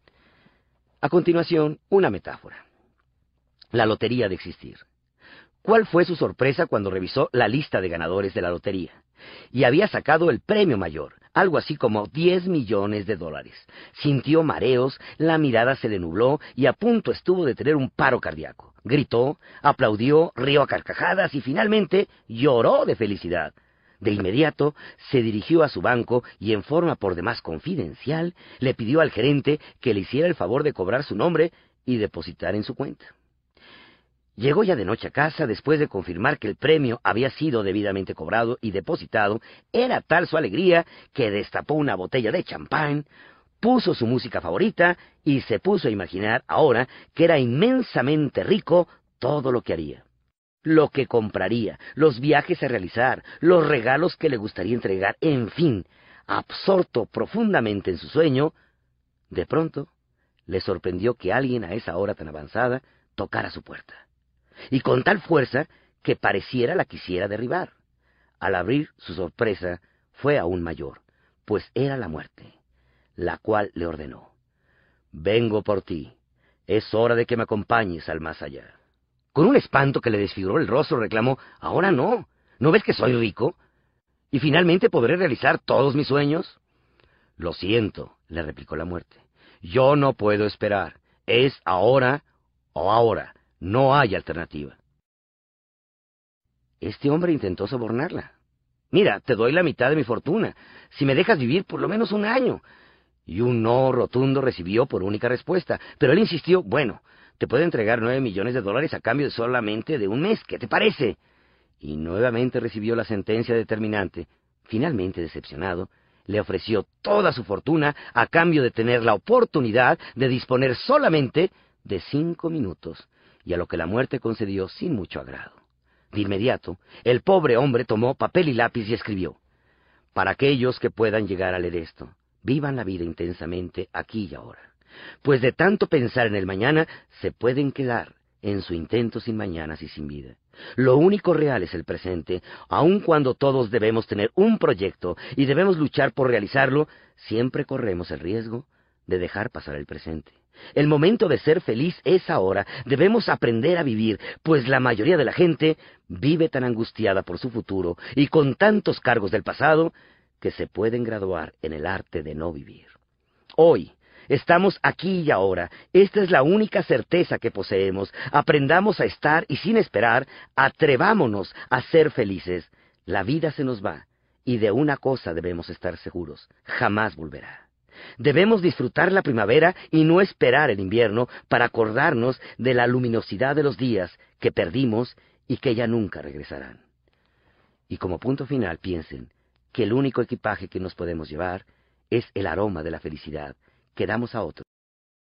A continuación, una metáfora. La lotería de existir. ¿Cuál fue su sorpresa cuando revisó la lista de ganadores de la lotería? Y había sacado el premio mayor, algo así como diez millones de dólares. Sintió mareos, la mirada se le nubló y a punto estuvo de tener un paro cardíaco. Gritó, aplaudió, rió a carcajadas y finalmente lloró de felicidad. De inmediato se dirigió a su banco y en forma por demás confidencial le pidió al gerente que le hiciera el favor de cobrar su nombre y depositar en su cuenta. Llegó ya de noche a casa después de confirmar que el premio había sido debidamente cobrado y depositado. Era tal su alegría que destapó una botella de champán, puso su música favorita y se puso a imaginar ahora que era inmensamente rico todo lo que haría. Lo que compraría, los viajes a realizar, los regalos que le gustaría entregar, en fin, absorto profundamente en su sueño, de pronto le sorprendió que alguien a esa hora tan avanzada tocara su puerta, y con tal fuerza que pareciera la quisiera derribar. Al abrir, su sorpresa fue aún mayor, pues era la muerte, la cual le ordenó: «Vengo por ti, es hora de que me acompañes al más allá». Con un espanto que le desfiguró el rostro, reclamó: «Ahora no, ¿no ves que soy rico? ¿Y finalmente podré realizar todos mis sueños?» «Lo siento», le replicó la muerte, «yo no puedo esperar, es ahora o ahora, no hay alternativa». Este hombre intentó sobornarla. «Mira, te doy la mitad de mi fortuna, si me dejas vivir por lo menos un año». Y un no rotundo recibió por única respuesta, pero él insistió: «Bueno, te puedo entregar nueve millones de dólares a cambio de solamente de un mes, ¿qué te parece?». Y nuevamente recibió la sentencia determinante. Finalmente, decepcionado, le ofreció toda su fortuna a cambio de tener la oportunidad de disponer solamente de cinco minutos, y a lo que la muerte concedió sin mucho agrado. De inmediato, el pobre hombre tomó papel y lápiz y escribió: «Para aquellos que puedan llegar a leer esto, Vivan la vida intensamente aquí y ahora, pues de tanto pensar en el mañana se pueden quedar en su intento sin mañanas y sin vida. Lo único real es el presente, aun cuando todos debemos tener un proyecto y debemos luchar por realizarlo, siempre corremos el riesgo de dejar pasar el presente. El momento de ser feliz es ahora. Debemos aprender a vivir, pues la mayoría de la gente vive tan angustiada por su futuro y con tantos cargos del pasado que se pueden graduar en el arte de no vivir. Hoy estamos aquí y ahora. Esta es la única certeza que poseemos. Aprendamos a estar y sin esperar, atrevámonos a ser felices. La vida se nos va y de una cosa debemos estar seguros: jamás volverá. Debemos disfrutar la primavera y no esperar el invierno para acordarnos de la luminosidad de los días que perdimos y que ya nunca regresarán. Y como punto final piensen que el único equipaje que nos podemos llevar es el aroma de la felicidad que damos a otros.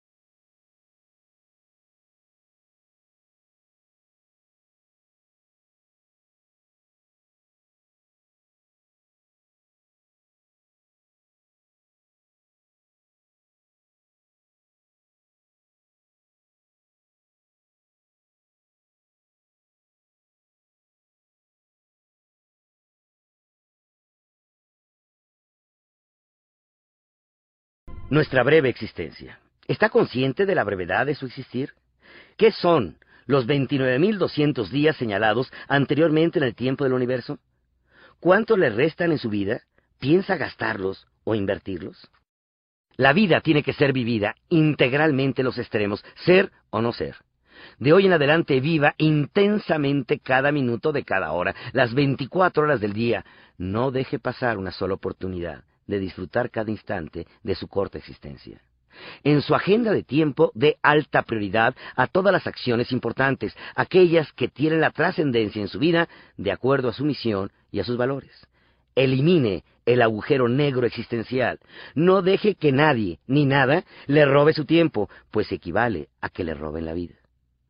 Nuestra breve existencia. ¿Está consciente de la brevedad de su existir? ¿Qué son los veintinueve mil doscientos días señalados anteriormente en el tiempo del universo? ¿Cuánto le restan en su vida? ¿Piensa gastarlos o invertirlos? La vida tiene que ser vivida integralmente en los extremos, ser o no ser. De hoy en adelante viva intensamente cada minuto de cada hora, las veinticuatro horas del día. No deje pasar una sola oportunidad de disfrutar cada instante de su corta existencia. En su agenda de tiempo, dé alta prioridad a todas las acciones importantes, aquellas que tienen la trascendencia en su vida de acuerdo a su misión y a sus valores. Elimine el agujero negro existencial. No deje que nadie ni nada le robe su tiempo, pues equivale a que le roben la vida.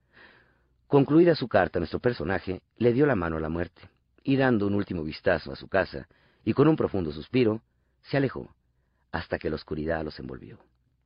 Concluida su carta, nuestro personaje le dio la mano a la muerte, y dando un último vistazo a su casa, y con un profundo suspiro, se alejó, hasta que la oscuridad los envolvió.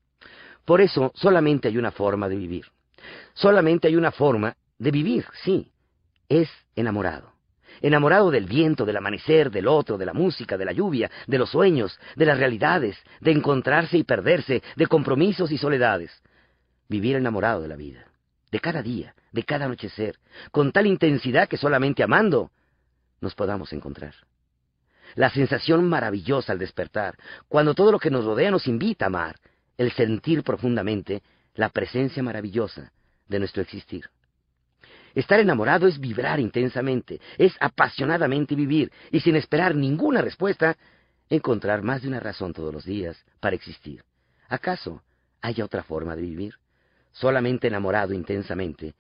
Por eso, solamente hay una forma de vivir. Solamente hay una forma de vivir, sí. Es enamorado. Enamorado del viento, del amanecer, del otro, de la música, de la lluvia, de los sueños, de las realidades, de encontrarse y perderse, de compromisos y soledades. Vivir enamorado de la vida, de cada día, de cada anochecer, con tal intensidad que solamente amando nos podamos encontrar. La sensación maravillosa al despertar, cuando todo lo que nos rodea nos invita a amar, el sentir profundamente la presencia maravillosa de nuestro existir. Estar enamorado es vibrar intensamente, es apasionadamente vivir, y sin esperar ninguna respuesta, encontrar más de una razón todos los días para existir. ¿Acaso haya otra forma de vivir? Solamente enamorado intensamente.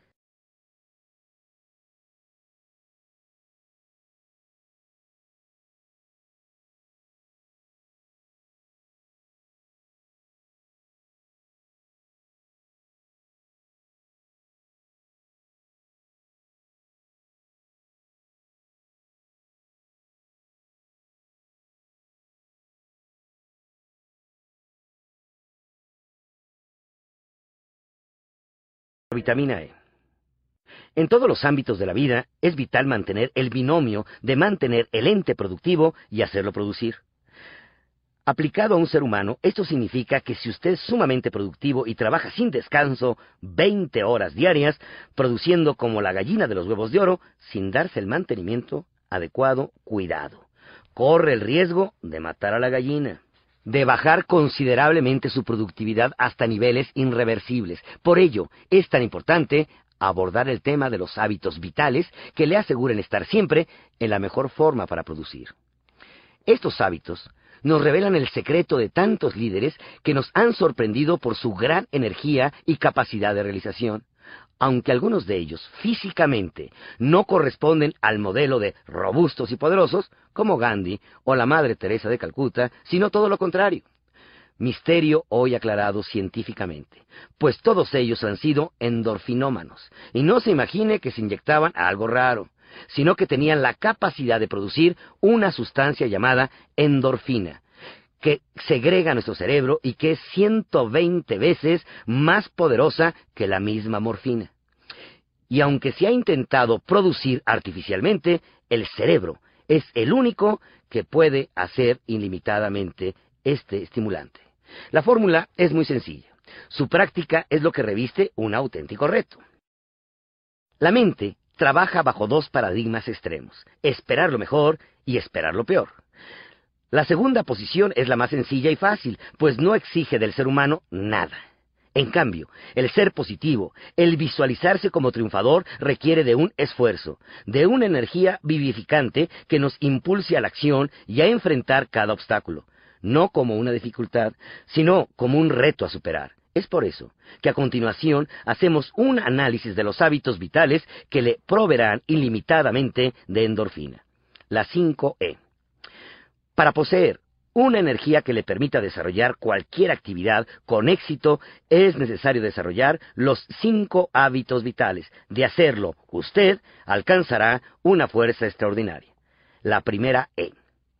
Vitamina E. En todos los ámbitos de la vida es vital mantener el binomio de mantener el ente productivo y hacerlo producir. Aplicado a un ser humano, esto significa que si usted es sumamente productivo y trabaja sin descanso veinte horas diarias, produciendo como la gallina de los huevos de oro, sin darse el mantenimiento adecuado, cuidado, corre el riesgo de matar a la gallina, de bajar considerablemente su productividad hasta niveles irreversibles. Por ello, es tan importante abordar el tema de los hábitos vitales que le aseguren estar siempre en la mejor forma para producir. Estos hábitos nos revelan el secreto de tantos líderes que nos han sorprendido por su gran energía y capacidad de realización, aunque algunos de ellos físicamente no corresponden al modelo de robustos y poderosos, como Gandhi o la Madre Teresa de Calcuta, sino todo lo contrario. Misterio hoy aclarado científicamente, pues todos ellos han sido endorfinómanos, y no se imagine que se inyectaban algo raro, sino que tenían la capacidad de producir una sustancia llamada endorfina, que segrega nuestro cerebro y que es ciento veinte veces más poderosa que la misma morfina. Y aunque se ha intentado producir artificialmente, el cerebro es el único que puede hacer ilimitadamente este estimulante. La fórmula es muy sencilla. Su práctica es lo que reviste un auténtico reto. La mente trabaja bajo dos paradigmas extremos: esperar lo mejor y esperar lo peor. La segunda posición es la más sencilla y fácil, pues no exige del ser humano nada. En cambio, el ser positivo, el visualizarse como triunfador, requiere de un esfuerzo, de una energía vivificante que nos impulse a la acción y a enfrentar cada obstáculo, no como una dificultad, sino como un reto a superar. Es por eso que a continuación hacemos un análisis de los hábitos vitales que le proveerán ilimitadamente de endorfina. La cinco E. Para poseer una energía que le permita desarrollar cualquier actividad con éxito, es necesario desarrollar los cinco hábitos vitales. De hacerlo, usted alcanzará una fuerza extraordinaria. La primera E.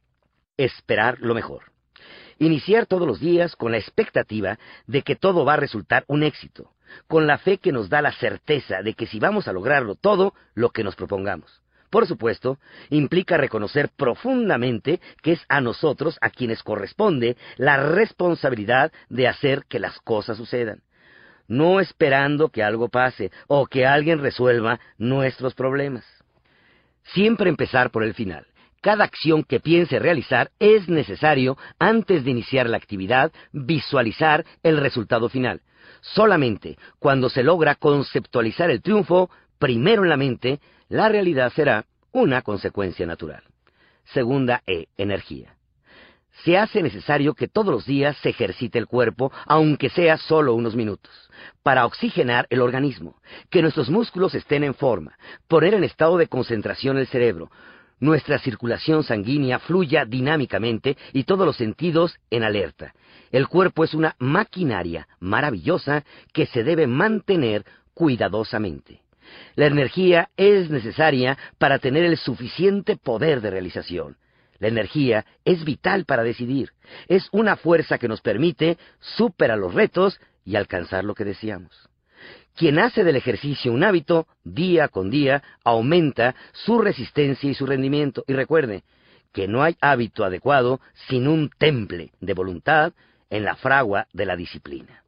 Esperar lo mejor. Iniciar todos los días con la expectativa de que todo va a resultar un éxito, con la fe que nos da la certeza de que si vamos a lograrlo todo lo que nos propongamos. Por supuesto, implica reconocer profundamente que es a nosotros a quienes corresponde la responsabilidad de hacer que las cosas sucedan, no esperando que algo pase o que alguien resuelva nuestros problemas. Siempre empezar por el final. Cada acción que piense realizar es necesario, antes de iniciar la actividad, visualizar el resultado final. Solamente cuando se logra conceptualizar el triunfo, primero en la mente, la realidad será una consecuencia natural. Segunda E, energía. Se hace necesario que todos los días se ejercite el cuerpo, aunque sea solo unos minutos, para oxigenar el organismo, que nuestros músculos estén en forma, poner en estado de concentración el cerebro, nuestra circulación sanguínea fluya dinámicamente y todos los sentidos en alerta. El cuerpo es una maquinaria maravillosa que se debe mantener cuidadosamente. La energía es necesaria para tener el suficiente poder de realización. La energía es vital para decidir. Es una fuerza que nos permite superar los retos y alcanzar lo que deseamos. Quien hace del ejercicio un hábito, día con día, aumenta su resistencia y su rendimiento. Y recuerde que no hay hábito adecuado sin un temple de voluntad en la fragua de la disciplina.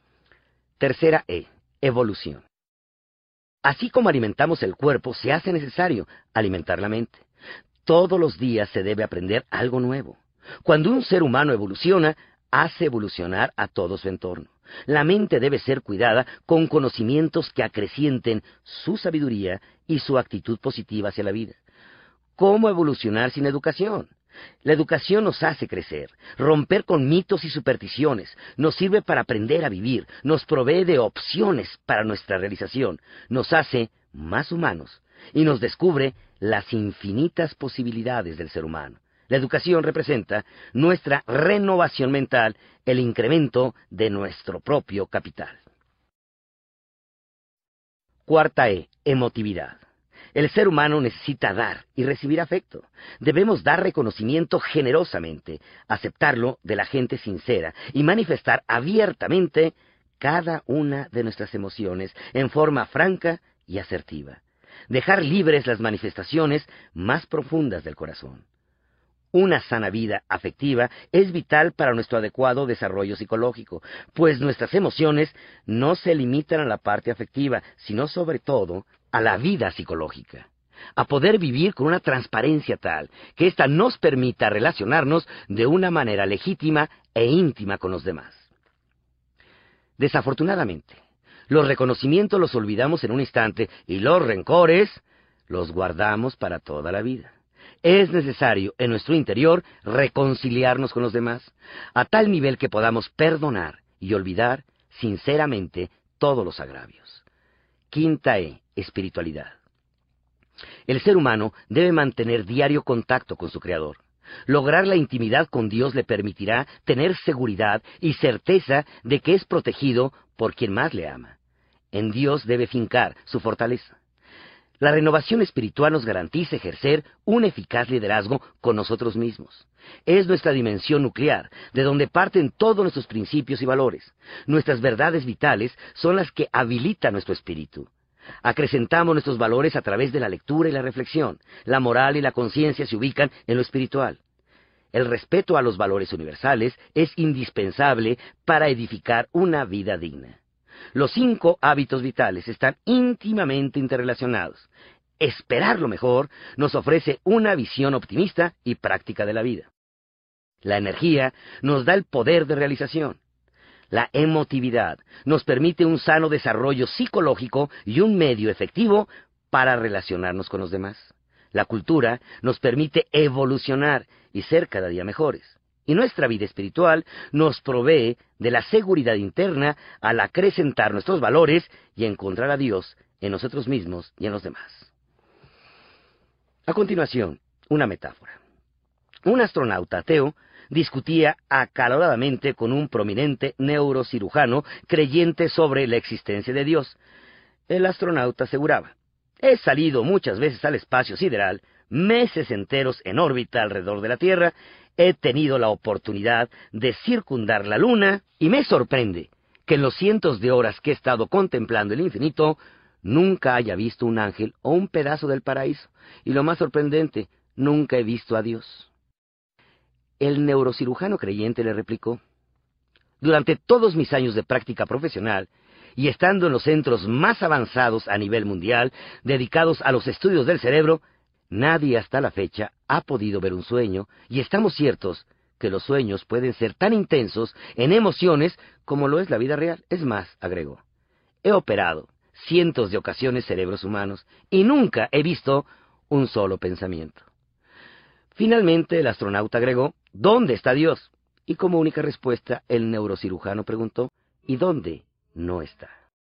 Tercera E, evolución. Así como alimentamos el cuerpo, se hace necesario alimentar la mente. Todos los días se debe aprender algo nuevo. Cuando un ser humano evoluciona, hace evolucionar a todo su entorno. La mente debe ser cuidada con conocimientos que acrecienten su sabiduría y su actitud positiva hacia la vida. ¿Cómo evolucionar sin educación? La educación nos hace crecer, romper con mitos y supersticiones, nos sirve para aprender a vivir, nos provee de opciones para nuestra realización, nos hace más humanos y nos descubre las infinitas posibilidades del ser humano. La educación representa nuestra renovación mental, el incremento de nuestro propio capital. Cuarta E, emotividad. El ser humano necesita dar y recibir afecto. Debemos dar reconocimiento generosamente, aceptarlo de la gente sincera y manifestar abiertamente cada una de nuestras emociones en forma franca y asertiva. Dejar libres las manifestaciones más profundas del corazón. Una sana vida afectiva es vital para nuestro adecuado desarrollo psicológico, pues nuestras emociones no se limitan a la parte afectiva, sino sobre todo a la vida psicológica, a poder vivir con una transparencia tal que ésta nos permita relacionarnos de una manera legítima e íntima con los demás. Desafortunadamente, los reconocimientos los olvidamos en un instante y los rencores los guardamos para toda la vida. Es necesario en nuestro interior reconciliarnos con los demás, a tal nivel que podamos perdonar y olvidar sinceramente todos los agravios. Quinta E, espiritualidad. El ser humano debe mantener diario contacto con su Creador. Lograr la intimidad con Dios le permitirá tener seguridad y certeza de que es protegido por quien más le ama. En Dios debe fincar su fortaleza. La renovación espiritual nos garantiza ejercer un eficaz liderazgo con nosotros mismos. Es nuestra dimensión nuclear, de donde parten todos nuestros principios y valores. Nuestras verdades vitales son las que habilitan nuestro espíritu. Acrecentamos nuestros valores a través de la lectura y la reflexión. La moral y la conciencia se ubican en lo espiritual. El respeto a los valores universales es indispensable para edificar una vida digna. Los cinco hábitos vitales están íntimamente interrelacionados. Esperar lo mejor nos ofrece una visión optimista y práctica de la vida. La energía nos da el poder de realización. La emotividad nos permite un sano desarrollo psicológico y un medio efectivo para relacionarnos con los demás. La cultura nos permite evolucionar y ser cada día mejores. Y nuestra vida espiritual nos provee de la seguridad interna al acrecentar nuestros valores y encontrar a Dios en nosotros mismos y en los demás. A continuación, una metáfora. Un astronauta ateo discutía acaloradamente con un prominente neurocirujano creyente sobre la existencia de Dios. El astronauta aseguraba: he salido muchas veces al espacio sideral, meses enteros en órbita alrededor de la Tierra, he tenido la oportunidad de circundar la Luna, y me sorprende que en los cientos de horas que he estado contemplando el infinito, nunca haya visto un ángel o un pedazo del paraíso, y lo más sorprendente, nunca he visto a Dios. El neurocirujano creyente le replicó: durante todos mis años de práctica profesional, y estando en los centros más avanzados a nivel mundial, dedicados a los estudios del cerebro, nadie hasta la fecha ha podido ver un sueño, y estamos ciertos que los sueños pueden ser tan intensos en emociones como lo es la vida real. Es más, agregó, he operado cientos de ocasiones cerebros humanos, y nunca he visto un solo pensamiento. Finalmente el astronauta agregó: ¿dónde está Dios? Y como única respuesta, el neurocirujano preguntó: ¿y dónde no está?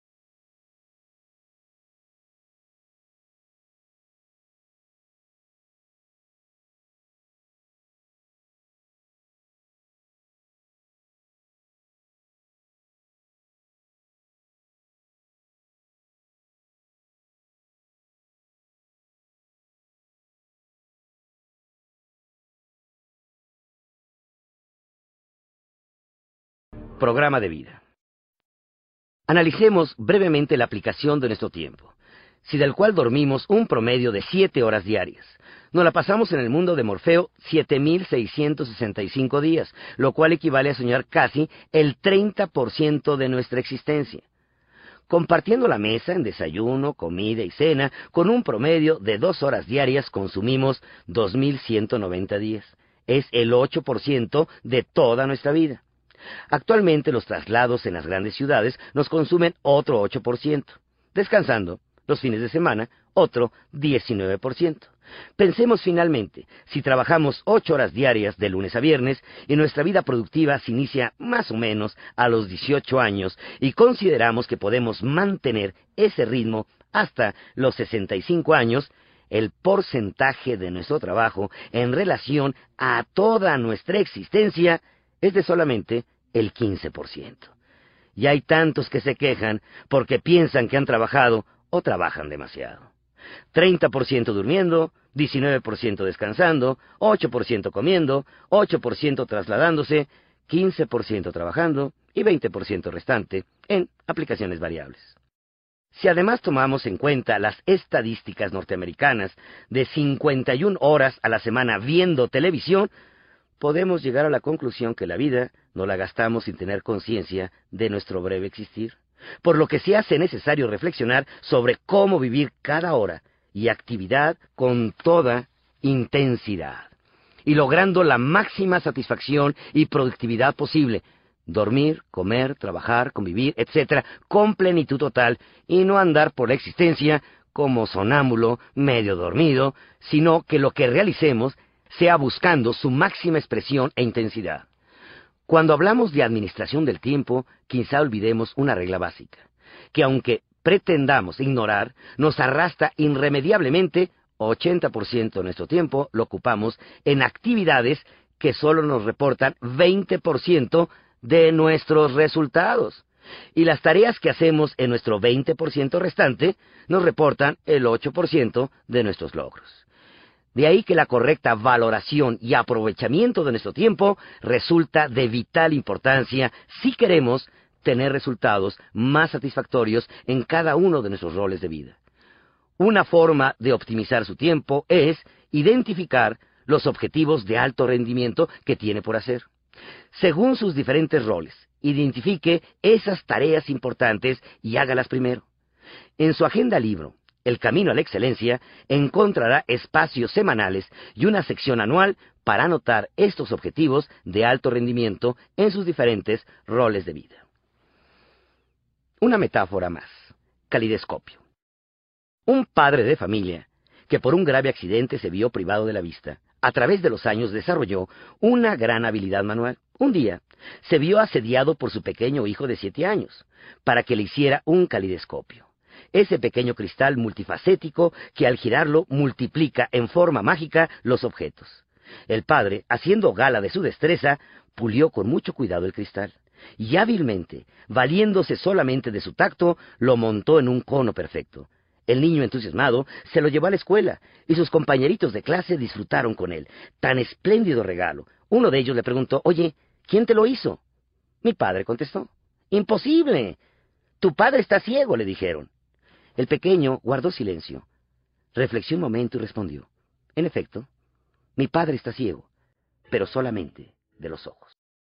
Programa de vida. Analicemos brevemente la aplicación de nuestro tiempo, si del cual dormimos un promedio de siete horas diarias. Nos la pasamos en el mundo de Morfeo siete mil seiscientos sesenta y cinco días, lo cual equivale a soñar casi el treinta por ciento de nuestra existencia. Compartiendo la mesa en desayuno, comida y cena, con un promedio de dos horas diarias consumimos dos mil ciento noventa días. Es el ocho por ciento de toda nuestra vida. Actualmente los traslados en las grandes ciudades nos consumen otro ocho por ciento. Descansando, los fines de semana, otro diecinueve por ciento. Pensemos finalmente, si trabajamos ocho horas diarias de lunes a viernes y nuestra vida productiva se inicia más o menos a los dieciocho años y consideramos que podemos mantener ese ritmo hasta los sesenta y cinco años, el porcentaje de nuestro trabajo en relación a toda nuestra existencia es de solamente el quince por ciento. Y hay tantos que se quejan porque piensan que han trabajado o trabajan demasiado. treinta por ciento durmiendo, diecinueve por ciento descansando, ocho por ciento comiendo, ocho por ciento trasladándose, quince por ciento trabajando y veinte por ciento restante en aplicaciones variables. Si además tomamos en cuenta las estadísticas norteamericanas de cincuenta y una horas a la semana viendo televisión, podemos llegar a la conclusión que la vida no la gastamos sin tener conciencia de nuestro breve existir, por lo que se hace necesario reflexionar sobre cómo vivir cada hora y actividad con toda intensidad, y logrando la máxima satisfacción y productividad posible, dormir, comer, trabajar, convivir, etcétera, con plenitud total, y no andar por la existencia como sonámbulo, medio dormido, sino que lo que realicemos sea buscando su máxima expresión e intensidad. Cuando hablamos de administración del tiempo, quizá olvidemos una regla básica, que aunque pretendamos ignorar, nos arrastra irremediablemente. ochenta por ciento de nuestro tiempo lo ocupamos en actividades que solo nos reportan veinte por ciento de nuestros resultados. Y las tareas que hacemos en nuestro veinte por ciento restante nos reportan el ocho por ciento de nuestros logros. De ahí que la correcta valoración y aprovechamiento de nuestro tiempo resulta de vital importancia si queremos tener resultados más satisfactorios en cada uno de nuestros roles de vida. Una forma de optimizar su tiempo es identificar los objetivos de alto rendimiento que tiene por hacer. Según sus diferentes roles, identifique esas tareas importantes y hágalas primero. En su agenda libro, El Camino a la Excelencia, encontrará espacios semanales y una sección anual para anotar estos objetivos de alto rendimiento en sus diferentes roles de vida. Una metáfora más. Calidoscopio. Un padre de familia que por un grave accidente se vio privado de la vista, a través de los años desarrolló una gran habilidad manual. Un día se vio asediado por su pequeño hijo de siete años para que le hiciera un calidoscopio. Ese pequeño cristal multifacético que al girarlo multiplica en forma mágica los objetos. El padre, haciendo gala de su destreza, pulió con mucho cuidado el cristal y hábilmente, valiéndose solamente de su tacto, lo montó en un cono perfecto. El niño entusiasmado se lo llevó a la escuela y sus compañeritos de clase disfrutaron con él. Tan espléndido regalo. Uno de ellos le preguntó, «Oye, ¿quién te lo hizo?» Mi padre contestó, «Imposible. Tu padre está ciego», le dijeron. El pequeño guardó silencio, reflexionó un momento y respondió, «En efecto, mi padre está ciego, pero solamente de los ojos».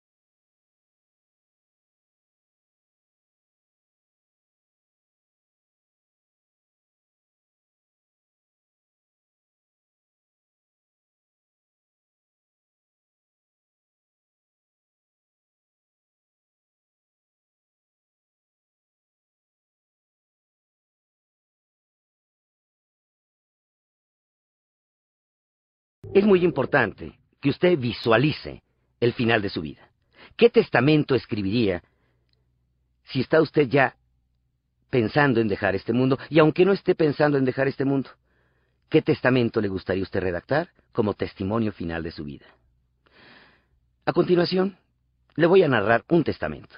Es muy importante que usted visualice el final de su vida. ¿Qué testamento escribiría si está usted ya pensando en dejar este mundo? Y aunque no esté pensando en dejar este mundo, ¿qué testamento le gustaría a usted redactar como testimonio final de su vida? A continuación, le voy a narrar un testamento.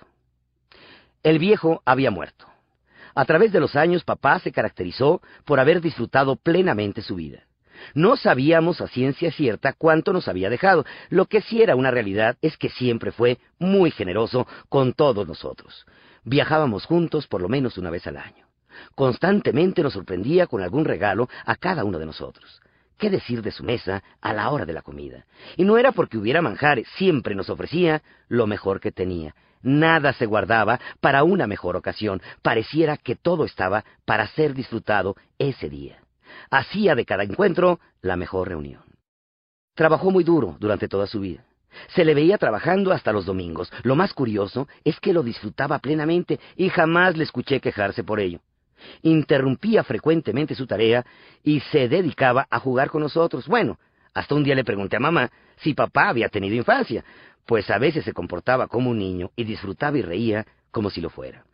El viejo había muerto. A través de los años, papá se caracterizó por haber disfrutado plenamente su vida. No sabíamos a ciencia cierta cuánto nos había dejado. Lo que sí era una realidad es que siempre fue muy generoso con todos nosotros. Viajábamos juntos por lo menos una vez al año. Constantemente nos sorprendía con algún regalo a cada uno de nosotros. ¿Qué decir de su mesa a la hora de la comida? Y no era porque hubiera manjares, siempre nos ofrecía lo mejor que tenía. Nada se guardaba para una mejor ocasión. Pareciera que todo estaba para ser disfrutado ese día. Hacía de cada encuentro la mejor reunión. Trabajó muy duro durante toda su vida. Se le veía trabajando hasta los domingos. Lo más curioso es que lo disfrutaba plenamente y jamás le escuché quejarse por ello. Interrumpía frecuentemente su tarea y se dedicaba a jugar con nosotros. Bueno, hasta un día le pregunté a mamá si papá había tenido infancia, pues a veces se comportaba como un niño y disfrutaba y reía como si lo fuera.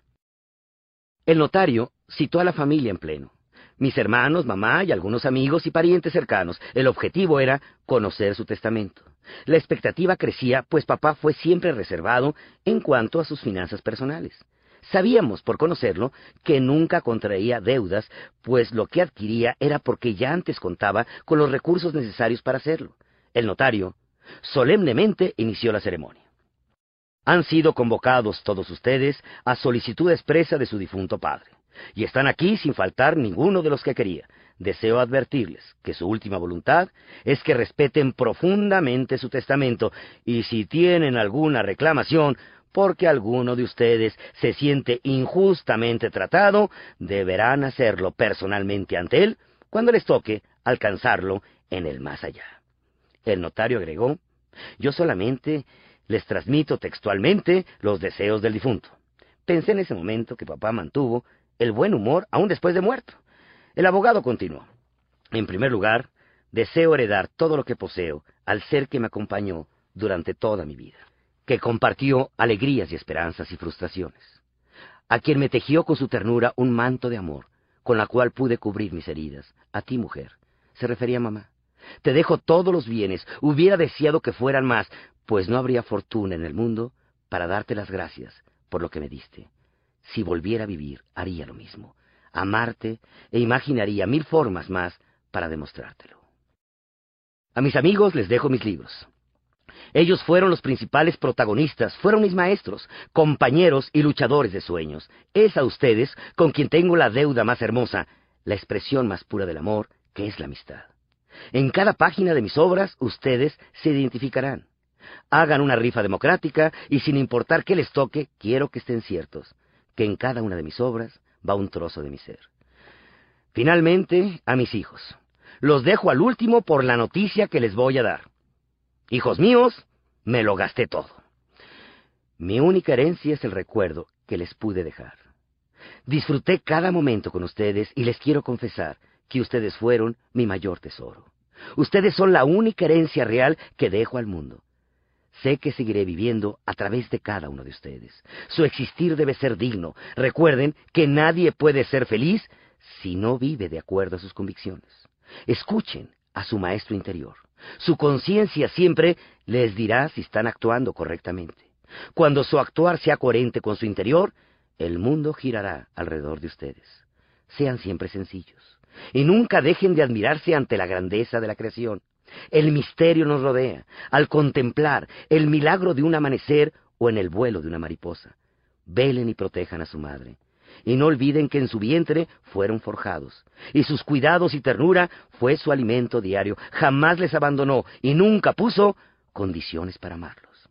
El notario citó a la familia en pleno. Mis hermanos, mamá y algunos amigos y parientes cercanos. El objetivo era conocer su testamento. La expectativa crecía, pues papá fue siempre reservado en cuanto a sus finanzas personales. Sabíamos, por conocerlo, que nunca contraía deudas, pues lo que adquiría era porque ya antes contaba con los recursos necesarios para hacerlo. El notario solemnemente inició la ceremonia. Han sido convocados todos ustedes a solicitud expresa de su difunto padre. Y están aquí sin faltar ninguno de los que quería. Deseo advertirles que su última voluntad es que respeten profundamente su testamento, y si tienen alguna reclamación porque alguno de ustedes se siente injustamente tratado, deberán hacerlo personalmente ante él cuando les toque alcanzarlo en el más allá. El notario agregó, yo solamente les transmito textualmente los deseos del difunto. Pensé en ese momento que papá mantuvo el buen humor aún después de muerto. El abogado continuó. En primer lugar, deseo heredar todo lo que poseo al ser que me acompañó durante toda mi vida, que compartió alegrías y esperanzas y frustraciones, a quien me tejió con su ternura un manto de amor, con la cual pude cubrir mis heridas. A ti, mujer, se refería a mamá. Te dejo todos los bienes, hubiera deseado que fueran más, pues no habría fortuna en el mundo para darte las gracias por lo que me diste. si volviera a vivir, haría lo mismo. Amarte e imaginaría mil formas más para demostrártelo. A mis amigos les dejo mis libros. Ellos fueron los principales protagonistas, fueron mis maestros, compañeros y luchadores de sueños. Es a ustedes con quien tengo la deuda más hermosa, la expresión más pura del amor, que es la amistad. En cada página de mis obras, ustedes se identificarán. Hagan una rifa democrática y sin importar qué les toque, quiero que estén ciertos, que en cada una de mis obras va un trozo de mi ser. Finalmente, a mis hijos. Los dejo al último por la noticia que les voy a dar. Hijos míos, me lo gasté todo. Mi única herencia es el recuerdo que les pude dejar. Disfruté cada momento con ustedes y les quiero confesar que ustedes fueron mi mayor tesoro. Ustedes son la única herencia real que dejo al mundo. Sé que seguiré viviendo a través de cada uno de ustedes. Su existir debe ser digno. Recuerden que nadie puede ser feliz si no vive de acuerdo a sus convicciones. Escuchen a su maestro interior. Su conciencia siempre les dirá si están actuando correctamente. Cuando su actuar sea coherente con su interior, el mundo girará alrededor de ustedes. Sean siempre sencillos y nunca dejen de admirarse ante la grandeza de la creación. El misterio nos rodea al contemplar el milagro de un amanecer o en el vuelo de una mariposa. Velen y protejan a su madre. Y no olviden que en su vientre fueron forjados, y sus cuidados y ternura fue su alimento diario. Jamás les abandonó y nunca puso condiciones para amarlos.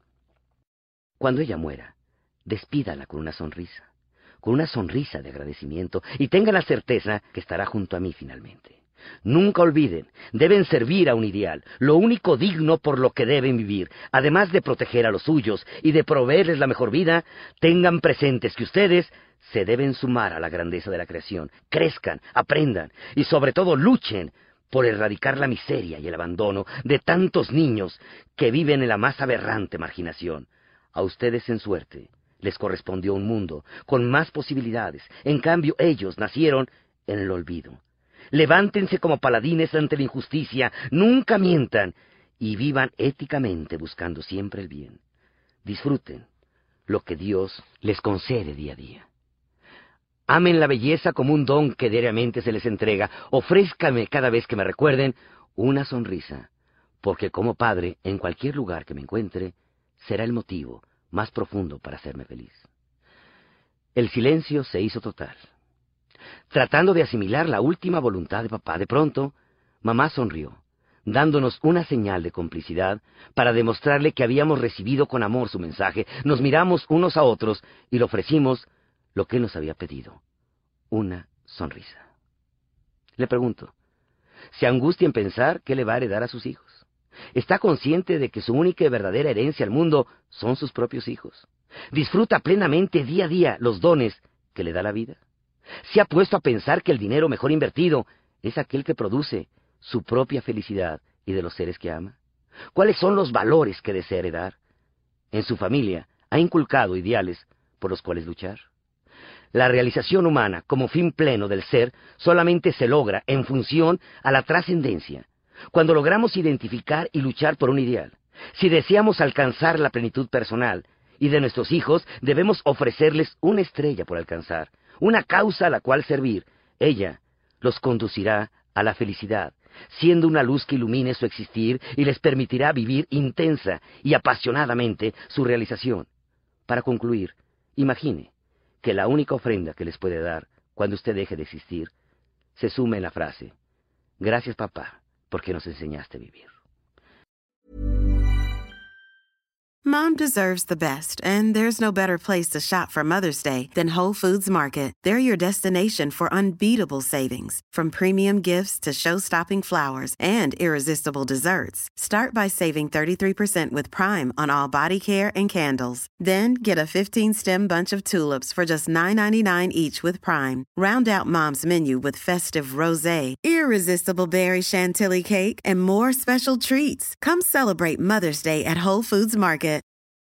Cuando ella muera, despídala con una sonrisa, con una sonrisa de agradecimiento, y tengan la certeza que estará junto a mí finalmente. Nunca olviden, deben servir a un ideal, lo único digno por lo que deben vivir. Además de proteger a los suyos y de proveerles la mejor vida, tengan presentes que ustedes se deben sumar a la grandeza de la creación. Crezcan, aprendan y sobre todo luchen por erradicar la miseria y el abandono de tantos niños que viven en la más aberrante marginación. A ustedes en suerte les correspondió un mundo con más posibilidades. En cambio ellos nacieron en el olvido. Levántense como paladines ante la injusticia, nunca mientan y vivan éticamente buscando siempre el bien. Disfruten lo que Dios les concede día a día. Amen la belleza como un don que diariamente se les entrega. Ofrézcanme cada vez que me recuerden una sonrisa, porque como padre, en cualquier lugar que me encuentre, será el motivo más profundo para hacerme feliz. El silencio se hizo total. Tratando de asimilar la última voluntad de papá, de pronto, mamá sonrió, dándonos una señal de complicidad para demostrarle que habíamos recibido con amor su mensaje. Nos miramos unos a otros y le ofrecimos lo que él nos había pedido, una sonrisa. Le pregunto, ¿se angustia en pensar qué le va a heredar a sus hijos? ¿Está consciente de que su única y verdadera herencia al mundo son sus propios hijos? ¿Disfruta plenamente día a día los dones que le da la vida? ¿Se ha puesto a pensar que el dinero mejor invertido es aquel que produce su propia felicidad y de los seres que ama? ¿Cuáles son los valores que desea heredar? En su familia ha inculcado ideales por los cuales luchar. La realización humana como fin pleno del ser solamente se logra en función a la trascendencia, cuando logramos identificar y luchar por un ideal. Si deseamos alcanzar la plenitud personal y de nuestros hijos, debemos ofrecerles una estrella por alcanzar, una causa a la cual servir. Ella los conducirá a la felicidad, siendo una luz que ilumine su existir y les permitirá vivir intensa y apasionadamente su realización. Para concluir, imagine que la única ofrenda que les puede dar cuando usted deje de existir se sume en la frase: gracias papá, porque nos enseñaste a vivir. Mom deserves the best, and there's no better place to shop for Mother's Day than Whole Foods Market. They're your destination for unbeatable savings, from premium gifts to show-stopping flowers and irresistible desserts. Start by saving thirty-three percent with Prime on all body care and candles. Then get a fifteen-stem bunch of tulips for just nine ninety-nine each with Prime. Round out Mom's menu with festive rosé, irresistible berry chantilly cake, and more special treats. Come celebrate Mother's Day at Whole Foods Market.